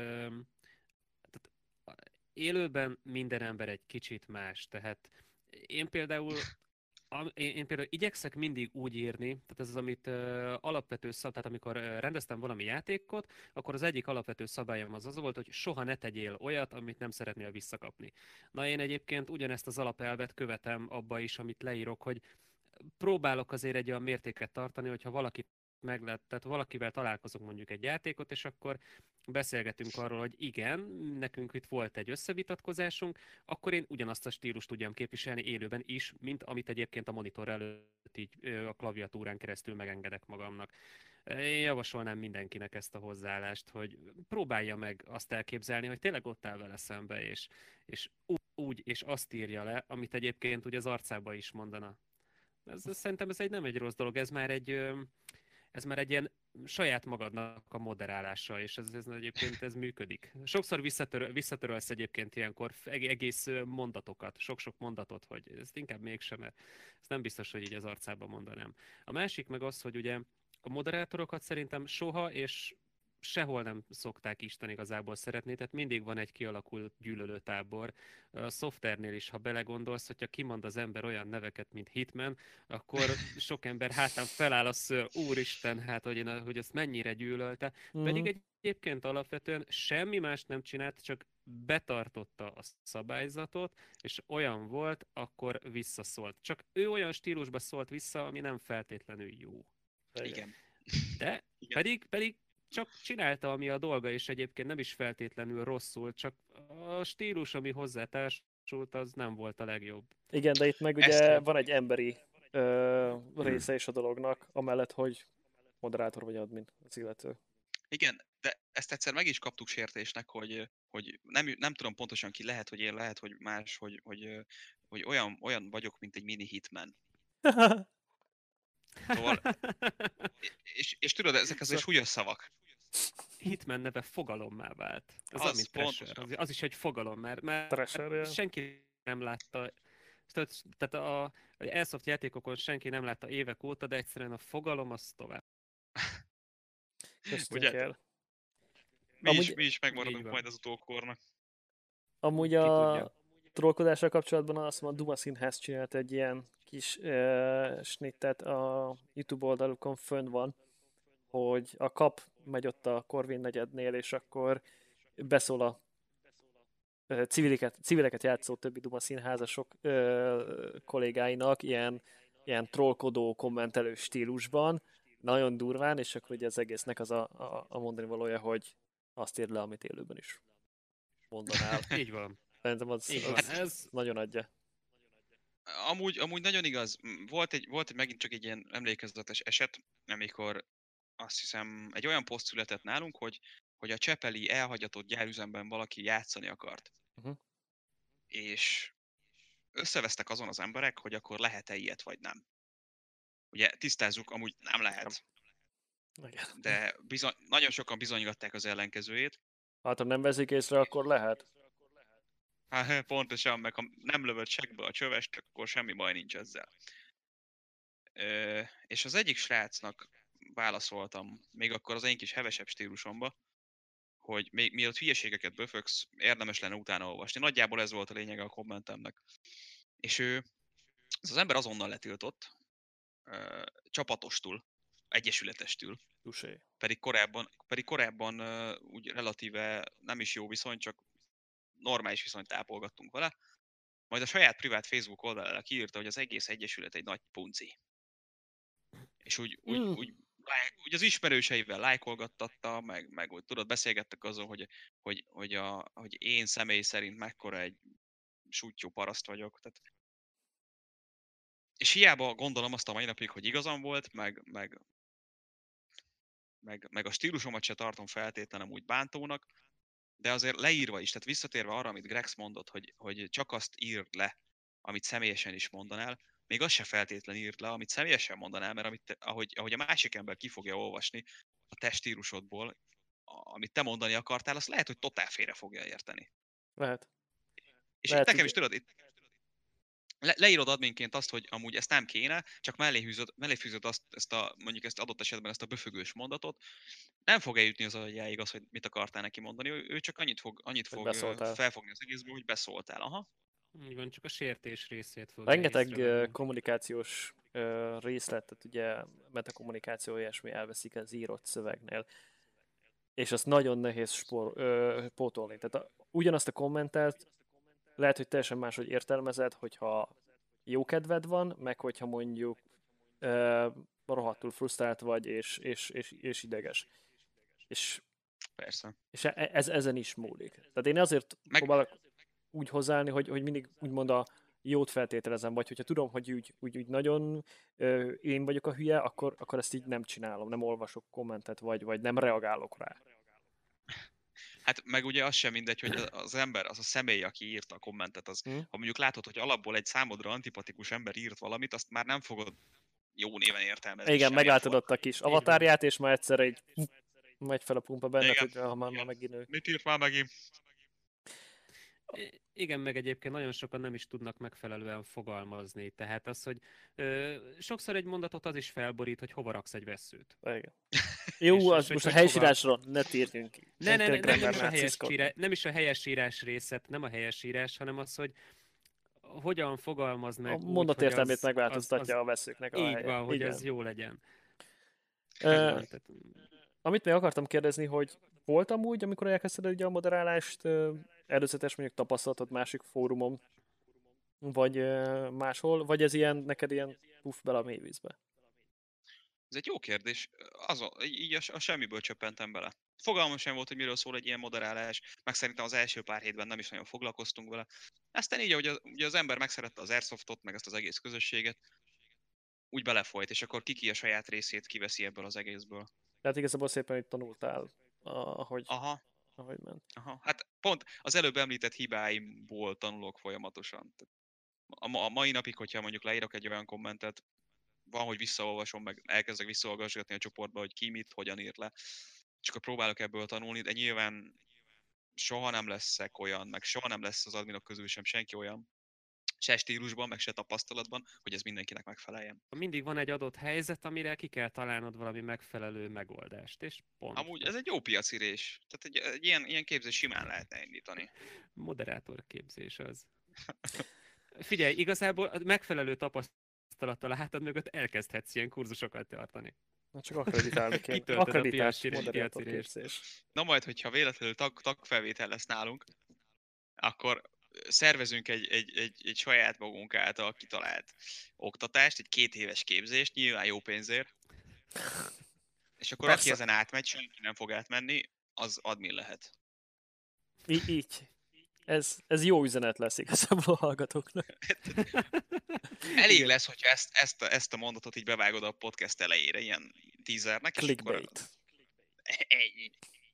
Tehát élőben minden ember egy kicsit más. Tehát én például én például igyekszek mindig úgy írni, tehát ez az, amit alapvető tehát amikor rendeztem valami játékot, akkor az egyik alapvető szabályom az volt, hogy soha ne tegyél olyat, amit nem szeretnél visszakapni. Na én egyébként ugyanezt az alapelvet követem abba is, amit leírok, hogy próbálok azért egy olyan mértéket tartani, hogyha valakit tehát valakivel találkozunk mondjuk egy játékot, és akkor beszélgetünk arról, hogy igen, nekünk itt volt egy összevitatkozásunk, akkor én ugyanazt a stílust tudjam képviselni élőben is, mint amit egyébként a monitor előtt így a klaviatúrán keresztül megengedek magamnak. Én javasolnám mindenkinek ezt a hozzáállást, hogy próbálja meg azt elképzelni, hogy tényleg ott áll vele szembe, és úgy, és azt írja le, amit egyébként ugye az arcába is mondana. Szerintem ez nem egy rossz dolog, ez már egy ilyen saját magadnak a moderálása, és ez egyébként ez működik. Sokszor visszatörölsz egyébként ilyenkor egész mondatokat, sok-sok mondatot, hogy ezt inkább mégsem, mert ezt nem biztos, hogy így az arcába mondanám. A másik meg az, hogy ugye a moderátorokat szerintem soha és sehol nem szokták Isten igazából szeretni, tehát mindig van egy kialakult gyűlölőtábor. A szoftvernél is, ha belegondolsz, hogyha kimond az ember olyan neveket, mint Hitman, akkor sok ember hátán feláll az, úristen, hát hogy ezt mennyire gyűlölte. Pedig egyébként alapvetően semmi más nem csinált, csak betartotta a szabályzatot, és olyan volt, akkor visszaszólt. Csak ő olyan stílusba szólt vissza, ami nem feltétlenül jó. Igen. De pedig csak csinálta, ami a dolga, és egyébként nem is feltétlenül rosszul, csak a stílus, ami hozzá társult, az nem volt a legjobb. Igen, de itt meg ugye van egy emberi része is a dolognak, amellett, hogy moderátor vagy admin az illető. Igen, de ezt egyszer meg is kaptuk sértésnek, hogy nem tudom pontosan ki, lehet, hogy én, lehet, hogy más, hogy olyan vagyok, mint egy mini Hitman. Szóval, és tudod, ezek azért súlyos szavak. Hitman neve fogalommá vált. Ez Az mint Thrasher. Az is egy fogalom, mert Thrasher, senki nem látta. Tehát a Airsoft játékokon senki nem látta évek óta, de egyszerűen a fogalom az tovább. Köszönjük Ugye? el. Mi is megmaradunk majd az utókornak. Amúgy a trollkodással kapcsolatban azt mondom, a Duma Színház csinált egy ilyen kis snittet, a YouTube oldalukon fönn van, hogy a kap megy ott a Corvin negyednél, és akkor beszól a civileket játszó többi Duma színházasok kollégáinak ilyen trollkodó, kommentelő stílusban, nagyon durván, és akkor ugye az egésznek az a mondani valója, hogy azt írd le, amit élőben is mondanál. Így van. Szerintem az nagyon adja. Amúgy nagyon igaz. Volt egy megint csak egy ilyen emlékezetes eset, amikor azt hiszem egy olyan poszt született nálunk, hogy a csepeli elhagyatott gyárüzemben valaki játszani akart. Uh-huh. És összevesztek azon az emberek, hogy akkor lehet-e ilyet, vagy nem. Ugye tisztázzuk, amúgy nem lehet. Igen. de nagyon sokan bizonygatták az ellenkezőjét. Hát ha nem veszik észre, akkor lehet. Hát, pontosan, meg ha nem lövöd seggbe a csövest, akkor semmi baj nincs ezzel. És az egyik srácnak válaszoltam, még akkor az én kis hevesebb stílusomba, hogy még mielőtt hülyeségeket böfögsz, érdemes lenne utána olvasni. Nagyjából ez volt a lényege a kommentemnek. És ez az ember azonnal letiltott, csapatostul, egyesületestül. Tusé. Pedig korábban úgy relatíve nem is jó viszony, csak normális viszonyt ápolgattunk vele. Majd a saját privát Facebook oldalára kiírta, hogy az egész egyesület egy nagy punci. És úgy az ismerőseivel lájkolgattatta, meg úgy tudod, beszélgettek azon, hogy én személy szerint mekkora egy sútyú paraszt vagyok. Tehát... És hiába gondolom azt a mai napig, hogy igazam volt, meg a stílusomat se tartom feltétlenül úgy bántónak, de azért leírva is, tehát visszatérve arra, amit Grex mondott, hogy csak azt írd le, amit személyesen is mondanál, még azt se feltétlen írd le, amit személyesen mondanál, mert ahogy a másik ember ki fogja olvasni a te stílusodból, amit te mondani akartál, azt lehet, hogy totál félre fogja érteni. Lehet. És Lehet, nekem hogy- is tudod, leírod adminként azt, hogy amúgy ezt nem kéne, csak mellé fűzöd mondjuk ezt adott esetben ezt a böfögős mondatot, nem fog eljutni az agyáig az, hogy mit akartál neki mondani, ő csak annyit Hogy fog beszóltál. felfogni az egészből, hogy beszóltál. Aha. Így van, csak a sértés részét fogja Rengeteg észrevenni. kommunikációs részletet, ugye metakommunikáció ilyesmi elveszik az írott szövegnél. És azt nagyon nehéz pótolni. Tehát ugyanazt a kommentet lehet, hogy teljesen máshogy értelmezed, hogyha jó kedved van, meg hogyha mondjuk rohadtul frusztrált vagy, és ideges. Persze. És ezen is múlik. Tehát én azért próbálok úgy hozzáállni, hogy mindig úgymond a jót feltételezem, vagy hogyha tudom, hogy úgy nagyon én vagyok a hülye, akkor ezt így nem csinálom, nem olvasok kommentet, vagy nem reagálok rá. Hát meg ugye az sem mindegy, hogy az ember, az a személy, aki írta a kommentet, ha mondjuk látod, hogy alapból egy számodra antipatikus ember írt valamit, azt már nem fogod jó néven értelmezni. Igen, meglátod ott a kis avatárját, és már egyszer egy megy fel a pumpa benned, hogy már megint ő. Mit írt már megint? Igen, meg egyébként nagyon sokan nem is tudnak megfelelően fogalmazni. Tehát az, hogy sokszor egy mondatot az is felborít, hogy hova raksz egy vesszőt. Igen. Jó, az most a helyesírásra ne térjünk ki. Nem is a helyesírás részet, nem a helyesírás, hanem az, hogy hogyan fogalmaz meg. A mondatértelmét megváltoztatja a veszőknek a helye. Így van, hogy ez jó legyen. Amit még akartam kérdezni, hogy volt amúgy, amikor elkezdted ugye a moderálást, előzetes mondjuk tapasztalatod másik fórumon, vagy máshol, vagy ez ilyen, neked ilyen puff bele a mélyvízbe? Ez egy jó kérdés. Így a semmiből csöppentem bele. Fogalmam sem volt, hogy miről szól egy ilyen moderálás, meg szerintem az első pár hétben nem is nagyon foglalkoztunk vele. Aztán így, ahogy ugye az ember megszerette az Airsoftot, meg ezt az egész közösséget, úgy belefolyt, és akkor ki a saját részét kiveszi ebből az egészből. Tehát igazából szépen itt tanultál, ahogy ment. Aha. Hát pont az előbb említett hibáimból tanulok folyamatosan. A mai napig, hogyha mondjuk leírok egy olyan kommentet, van, hogy visszaolvasom, meg elkezdek visszaolvasgatni a csoportba, hogy ki mit, hogyan írt le. És akkor próbálok ebből tanulni, de nyilván soha nem leszek olyan, meg soha nem lesz az adminok közül sem senki olyan, se stílusban, meg se tapasztalatban, hogy ez mindenkinek megfeleljen. Mindig van egy adott helyzet, amire ki kell találnod valami megfelelő megoldást, és pont. Amúgy ez egy jó piacirés. Tehát egy ilyen képzés simán lehetne indítani. Moderátor képzés az. Figyelj, igazából a megfelelő tapasztalattal a hátad mögött elkezdhetsz ilyen kurzusokat tartani. Na csak akreditálni kell. Akreditás, moderátor képzés. Na majd, hogyha véletlenül tagfelvétel lesz nálunk, akkor szervezünk egy saját magunk által kitalált oktatást, egy 2 éves képzést, nyilván jó pénzért. És akkor aki ezen átmegy, senki nem fog átmenni, az admin lehet. Így. Ez jó üzenet lesz igazából a hallgatóknak. Elég lesz, hogyha ezt a mondatot így bevágod a podcast elejére, ilyen teasernek. Clickbait. Ennyi.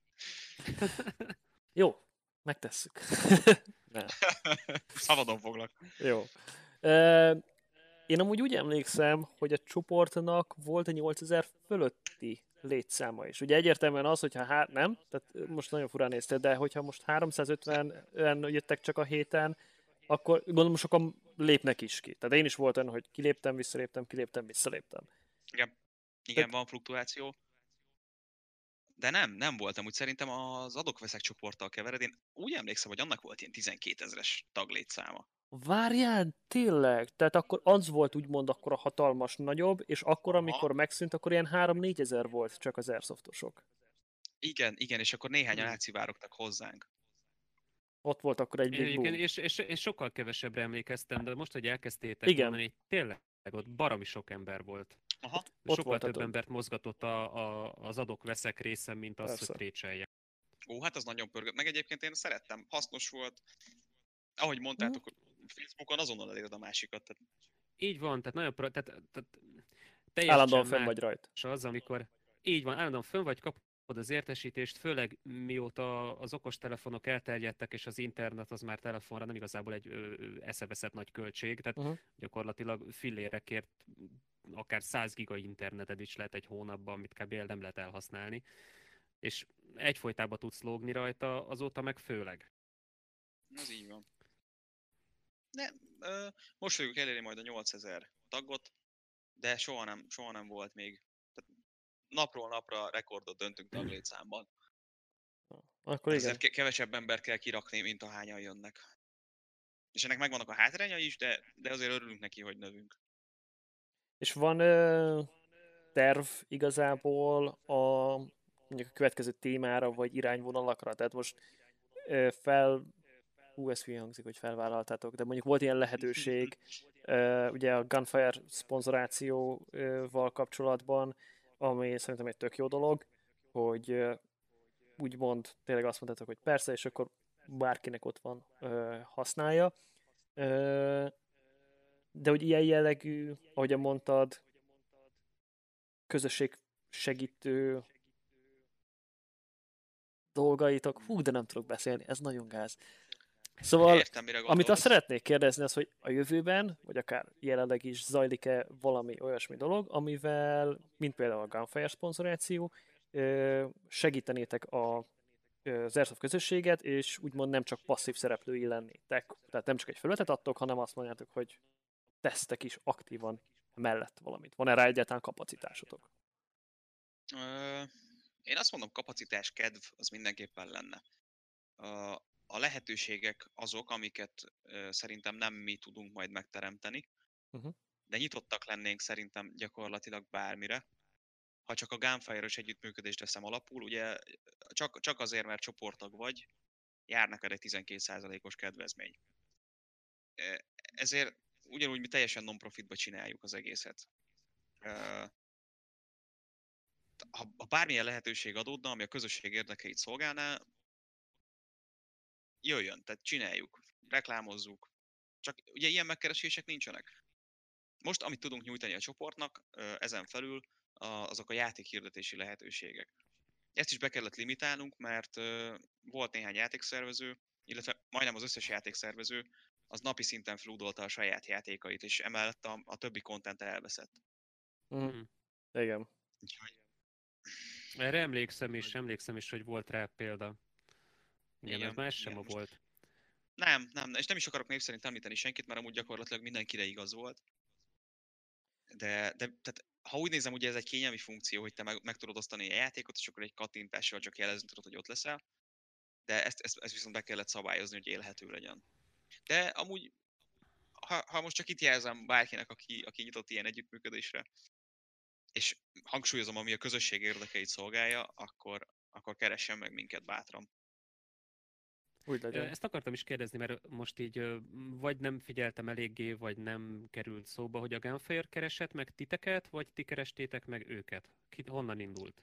Jó, megtesszük. Szabadon foglak. Jó. Én amúgy úgy emlékszem, hogy a csoportnak volt a 8000 fölötti létszáma is. Ugye egyértelműen az, hogyha nem, tehát most nagyon furán néztél, de hogyha most 350-en jöttek csak a héten, akkor gondolom sokan lépnek is ki. Tehát én is volt olyan, hogy kiléptem, visszaléptem, kiléptem, visszaléptem. Igen, Tehát- van fluktuáció. De nem voltam, úgy szerintem az adok-veszek csoporttal kevered. Én úgy emlékszem, hogy annak volt ilyen 12 000-es taglétszáma. Várjál, tényleg? Tehát akkor az volt úgymond akkor a hatalmas nagyobb, és akkor, amikor Aha. megszűnt, akkor ilyen 3-4 ezer volt csak az airsoftosok. Igen, és akkor néhányan átszivárogtak hozzánk. Ott volt akkor egy Én big boom. egyébként, és sokkal kevesebbre emlékeztem, de most, hogy elkezdtétek Igen. mondani, tényleg ott baromi sok ember volt. Aha. Ott Sokkal volt a több több. embert mozgatott az adok-veszek része, mint az, Persze. hogy trécselje. Ó, hát az nagyon pörgött. Meg egyébként én szerettem, hasznos volt. Ahogy mondtátok, Facebookon azonnal elérd a másikat. Tehát Így van, tehát nagyon tehát Állandóan teljesen fenn vagy rajta. más az, amikor így van, állandóan fönn vagy, kapod az értesítést, főleg mióta az okostelefonok elterjedtek, és az internet az már telefonra nem igazából egy eszeveszett nagy költség, tehát gyakorlatilag fillérekért akár 100 giga interneted is lehet egy hónapban, amit kb. Nem lehet elhasználni, és egyfolytában tudsz lógni rajta, azóta meg főleg. az így van. Most fogjuk elérni majd a 8000 tagot, de soha nem volt még. Tehát napról napra rekordot döntünk taglétszámban. Akkor igen. Ezért kevesebb ember kell kirakni, mint ahányan jönnek. És ennek megvannak a hátrányai is, de azért örülünk neki, hogy növünk. És van terv igazából mondjuk a következő témára, vagy irányvonalakra? Tehát most ez hülye hangzik, hogy felvállaltátok, de mondjuk volt ilyen lehetőség, ugye a Gunfire szponzorációval kapcsolatban, ami szerintem egy tök jó dolog, hogy úgymond tényleg azt mondtátok, hogy persze, és akkor bárkinek ott van, használja. De hogy ilyen jellegű, ahogyan mondtad, közösség segítő dolgaitok, de nem tudok beszélni, ez nagyon gáz. Szóval, Értem, mire amit azt gondolsz. szeretnék kérdezni, az, hogy a jövőben, vagy akár jelenleg is zajlik-e valami olyasmi dolog, amivel, mint például a Gunfire szponzoráció, segítenétek az Airsoft közösséget, és úgymond nem csak passzív szereplői lennétek. Tehát nem csak egy felületet adtok, hanem azt mondjátok, hogy tesztek is aktívan mellett valamit. Van-e rá egyáltalán kapacitásotok? Én azt mondom, kapacitás, kedv, az mindenképpen lenne. A lehetőségek azok, amiket szerintem nem mi tudunk majd megteremteni, de nyitottak lennénk szerintem gyakorlatilag bármire. Ha csak a Gunfire-os együttműködést veszem alapul, ugye csak azért, mert csoporttag vagy, jár neked egy 12%-os kedvezmény. Ezért ugyanúgy mi teljesen non-profitba csináljuk az egészet. Ha bármilyen lehetőség adódna, ami a közösség érdekeit szolgálná, jöjjön, tehát csináljuk, reklámozzuk. Csak ugye ilyen megkeresések nincsenek. Most, amit tudunk nyújtani a csoportnak, ezen felül azok a játékhirdetési lehetőségek. Ezt is be kellett limitálnunk, mert volt néhány játékszervező, illetve majdnem az összes játékszervező, az napi szinten flúdolta a saját játékait, és emellett a többi content elveszett. Igen. Erre emlékszem is, hogy volt rá példa. Igen, ez más sem volt. Nem, és nem is akarok név szerint említeni senkit, mert amúgy gyakorlatilag mindenkire igaz volt. De tehát, ha úgy nézem, ugye ez egy kényelmi funkció, hogy te meg tudod osztani a játékot, és akkor egy kattintással csak jelezni tudod, hogy ott leszel. De ezt viszont be kellett szabályozni, hogy élhető legyen. De amúgy, ha most csak itt jelzem bárkinek, aki nyitott ilyen együttműködésre, és hangsúlyozom, ami a közösség érdekeit szolgálja, akkor keressen meg minket bátran. Úgy legyen. Ezt akartam is kérdezni, mert most így vagy nem figyeltem eléggé, vagy nem került szóba, hogy a Gunfire keresett meg titeket, vagy ti kerestétek meg őket? Honnan indult?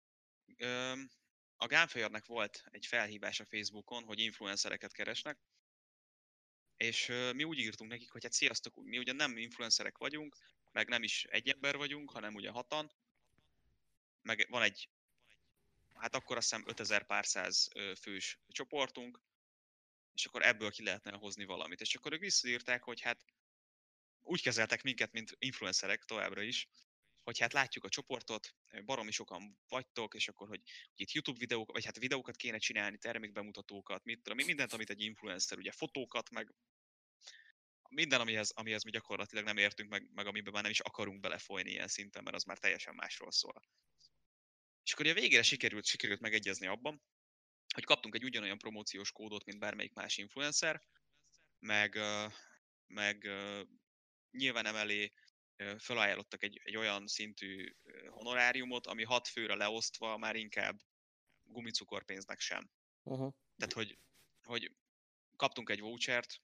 A Gunfire-nek volt egy felhívás a Facebookon, hogy influencereket keresnek, és mi úgy írtunk nekik, hogy hát sziasztok, mi ugye nem influencerek vagyunk, meg nem is egy ember vagyunk, hanem ugye 6-an, meg van egy, hát akkor azt hiszem 5000 pár száz fős csoportunk, és akkor ebből ki lehetne hozni valamit. És akkor ők visszaírták, hogy hát úgy kezeltek minket, mint influencerek továbbra is, hogy hát látjuk a csoportot, baromi sokan vagytok, és akkor, hogy itt YouTube videók, vagy hát videókat kéne csinálni, termékbemutatókat, mit tudom, mindent, amit egy influencer, ugye fotókat, meg minden, amihez mi gyakorlatilag nem értünk, meg amiben már nem is akarunk belefolyni ilyen szinten, mert az már teljesen másról szól. És akkor a végére sikerült megegyezni abban, hogy kaptunk egy ugyanolyan promóciós kódot, mint bármelyik más influencer, meg nyilván emellé felajánlottak egy olyan szintű honoráriumot, ami 6 főre leosztva már inkább gumicukorpénznek sem. Uh-huh. Tehát, hogy kaptunk egy vouchert,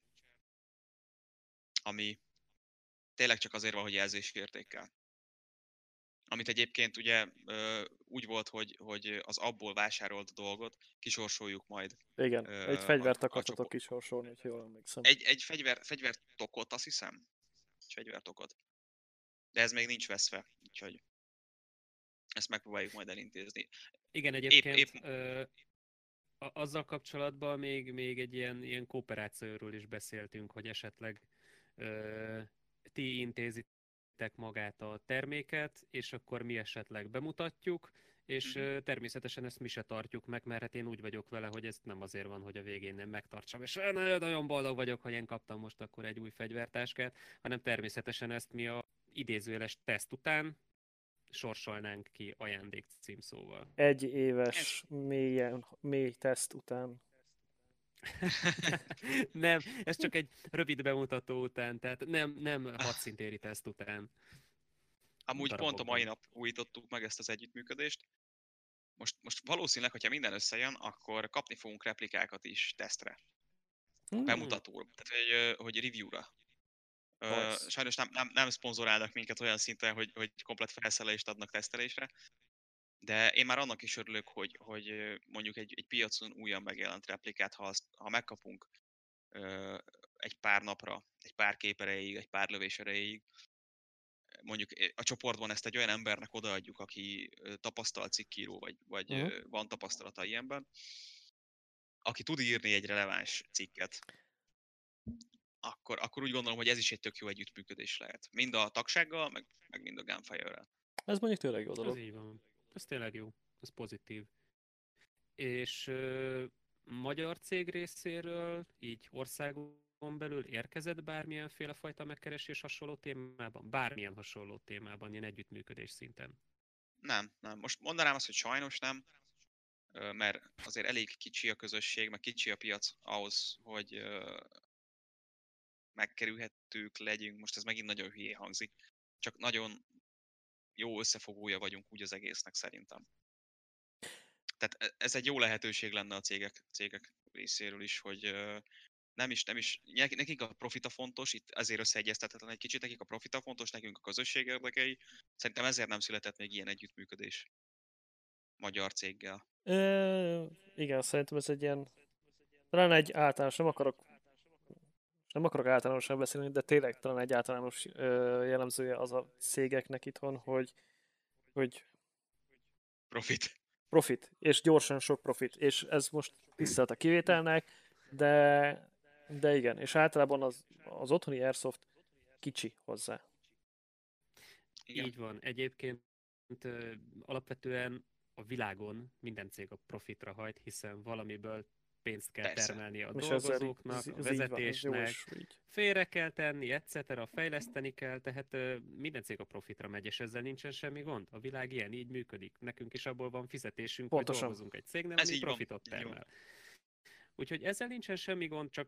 ami tényleg csak azért van, hogy jelzési értékkel. Amit egyébként ugye úgy volt, hogy az abból vásárolt dolgot kisorsoljuk majd Igen, egy a fegyvert akartatok csoport. kisorsolni, hogy jól emlékszem. Egy fegyvertokot, azt hiszem. Egy fegyvertokot. De ez még nincs veszve, úgyhogy ezt megpróbáljuk majd elintézni. Igen, egyébként azzal kapcsolatban még egy ilyen kooperációról is beszéltünk, hogy esetleg ti intézitek magát a terméket, és akkor mi esetleg bemutatjuk, és természetesen ezt mi se tartjuk meg, mert hát én úgy vagyok vele, hogy ez nem azért van, hogy a végén nem megtartsam, és nagyon boldog vagyok, hogy én kaptam most akkor egy új fegyvertáskát, hanem természetesen ezt mi a idézőjeles teszt után sorsolnánk ki ajándék címszóval. 1 éves mély teszt után. Nem, ez csak egy rövid bemutató után, tehát nem hadszintéri teszt után. Amúgy pont a mai nap újítottuk meg ezt az együttműködést. Most valószínűleg, hogyha minden összejön, akkor kapni fogunk replikákat is tesztre. Bemutatóra, tehát hogy review-ra. Sajnos nem szponzorálnak minket olyan szinten, hogy komplet felszerelést adnak tesztelésre, de én már annak is örülök, hogy mondjuk egy piacon újan megjelent replikát, ha megkapunk egy pár napra, egy pár kép erejéig, egy pár lövés erejéig, mondjuk a csoportban ezt egy olyan embernek odaadjuk, aki tapasztalt cikkíró, vagy van tapasztalata ilyenben, aki tud írni egy releváns cikket, akkor úgy gondolom, hogy ez is egy tök jó együttműködés lehet. Mind a tagsággal, meg mind a Gunfire-rel. Ez mondjuk tényleg jó dolog. Ez így van. Ez tényleg jó. Ez pozitív. És magyar cég részéről, így országon belül érkezett bármilyenféle fajta megkeresés hasonló témában? Bármilyen hasonló témában, ilyen együttműködés szinten? Nem. Most mondanám azt, hogy sajnos nem, mert azért elég kicsi a közösség, meg kicsi a piac ahhoz, hogy megkerülhetők legyünk. Most ez megint nagyon hülyé hangzik, csak nagyon jó összefogója vagyunk úgy az egésznek szerintem. Tehát ez egy jó lehetőség lenne a cégek részéről is, hogy nem is, nekik a profita fontos, itt ezért összeegyeztetetlen egy kicsit, nekik a profita fontos, nekünk a közösség érdekei. Szerintem ezért nem született még ilyen együttműködés magyar céggel. Igen, szerintem ez egy ilyen, talán egy általános, nem akarok általánosan beszélni, de tényleg talán egy általános jellemzője az a cégeknek itthon, hogy profit, és gyorsan sok profit, és ez most tisztelt a kivételnek, de igen, és általában az otthoni Airsoft kicsi hozzá. Igen. Így van. Egyébként alapvetően a világon minden cég a profitra hajt, hiszen valamiből pénzt kell Persze. termelni a És dolgozóknak, a vezetésnek, van, félre kell tenni, etc., fejleszteni kell, tehát minden cég a profitra megy, és ezzel nincsen semmi gond. A világ ilyen, így működik. Nekünk is abból van fizetésünk, pontosan, hogy dolgozunk egy cégnél, ez ami így profitot van. termel. Úgyhogy ezzel nincsen semmi gond, csak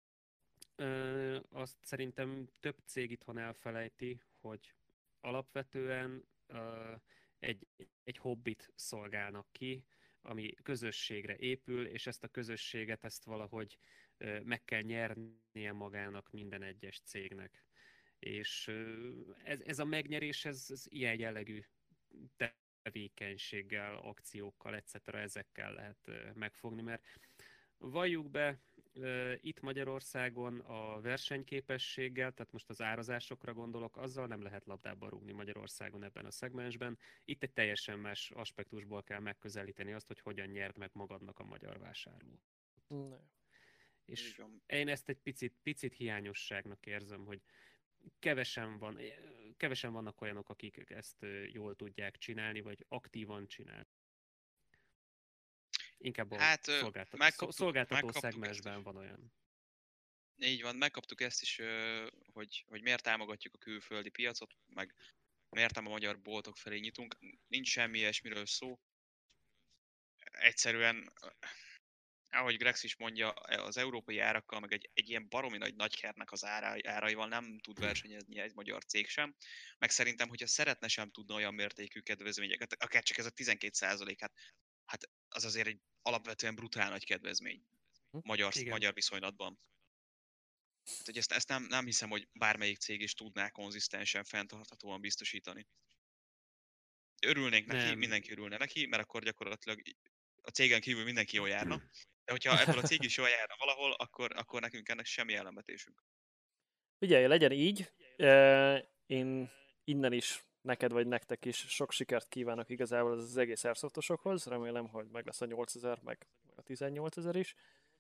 azt szerintem több cég itthon elfelejti, hogy alapvetően egy hobbit szolgálnak ki, ami közösségre épül, és ezt a közösséget ezt valahogy meg kell nyernie magának minden egyes cégnek. És ez a megnyerés, ez ilyen jellegű tevékenységgel, akciókkal, etc. ezekkel lehet megfogni, mert valljuk be, itt Magyarországon a versenyképességgel, tehát most az árazásokra gondolok, azzal nem lehet labdába rúgni Magyarországon ebben a szegmensben. Itt egy teljesen más aspektusból kell megközelíteni azt, hogy hogyan nyerd meg magadnak a magyar vásárló. És én ezt egy picit hiányosságnak érzem, hogy kevesen vannak olyanok, akik ezt jól tudják csinálni, vagy aktívan csinálni. Inkább a Hát szolgáltató megkaptuk ezt szegmensben is. van olyan. Így van, megkaptuk ezt is, hogy miért támogatjuk a külföldi piacot, meg miért nem a magyar boltok felé nyitunk. Nincs semmi ilyesmiről szó. Egyszerűen, ahogy Grex is mondja, az európai árakkal, meg egy ilyen baromi nagy nagykernek az áraival nem tud versenyezni egy magyar cég sem. Meg szerintem, hogyha szeretne, sem tudna olyan mértékű kedvezményeket, akár csak ez a 12%, hát az azért egy alapvetően brutál nagy kedvezmény Igen. magyar viszonylatban. Hát, hogy ezt nem hiszem, hogy bármelyik cég is tudná konzisztensen, fenntarthatóan biztosítani. Örülnénk neki, Nem. mindenki örülne neki, mert akkor gyakorlatilag a cégen kívül mindenki jól járna. De hogyha ebből a cég is jól járna valahol, akkor nekünk ennek semmi ellenvetésünk. Figyelj, legyen így. Én innen is neked vagy nektek is sok sikert kívánok igazából az egész Airsoftosokhoz. Remélem, hogy meg lesz a 8000, meg a 18000 is.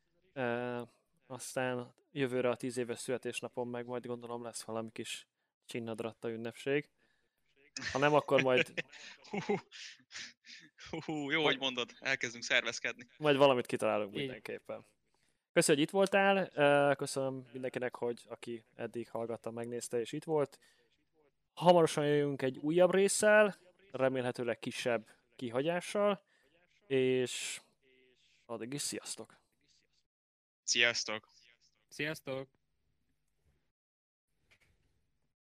Aztán jövőre a 10 éves születésnapon meg majd gondolom lesz valami kis csinnadratta ünnepség. Ha nem, akkor majd... Jó, hogy mondod, elkezdünk szervezkedni. Majd valamit kitalálunk Így. mindenképpen. Köszönöm, hogy itt voltál. Köszönöm mindenkinek, hogy aki eddig hallgatta, megnézte és itt volt. Hamarosan jövünk egy újabb résszel, remélhetőleg kisebb kihagyással, és addig is sziasztok! Sziasztok! Sziasztok!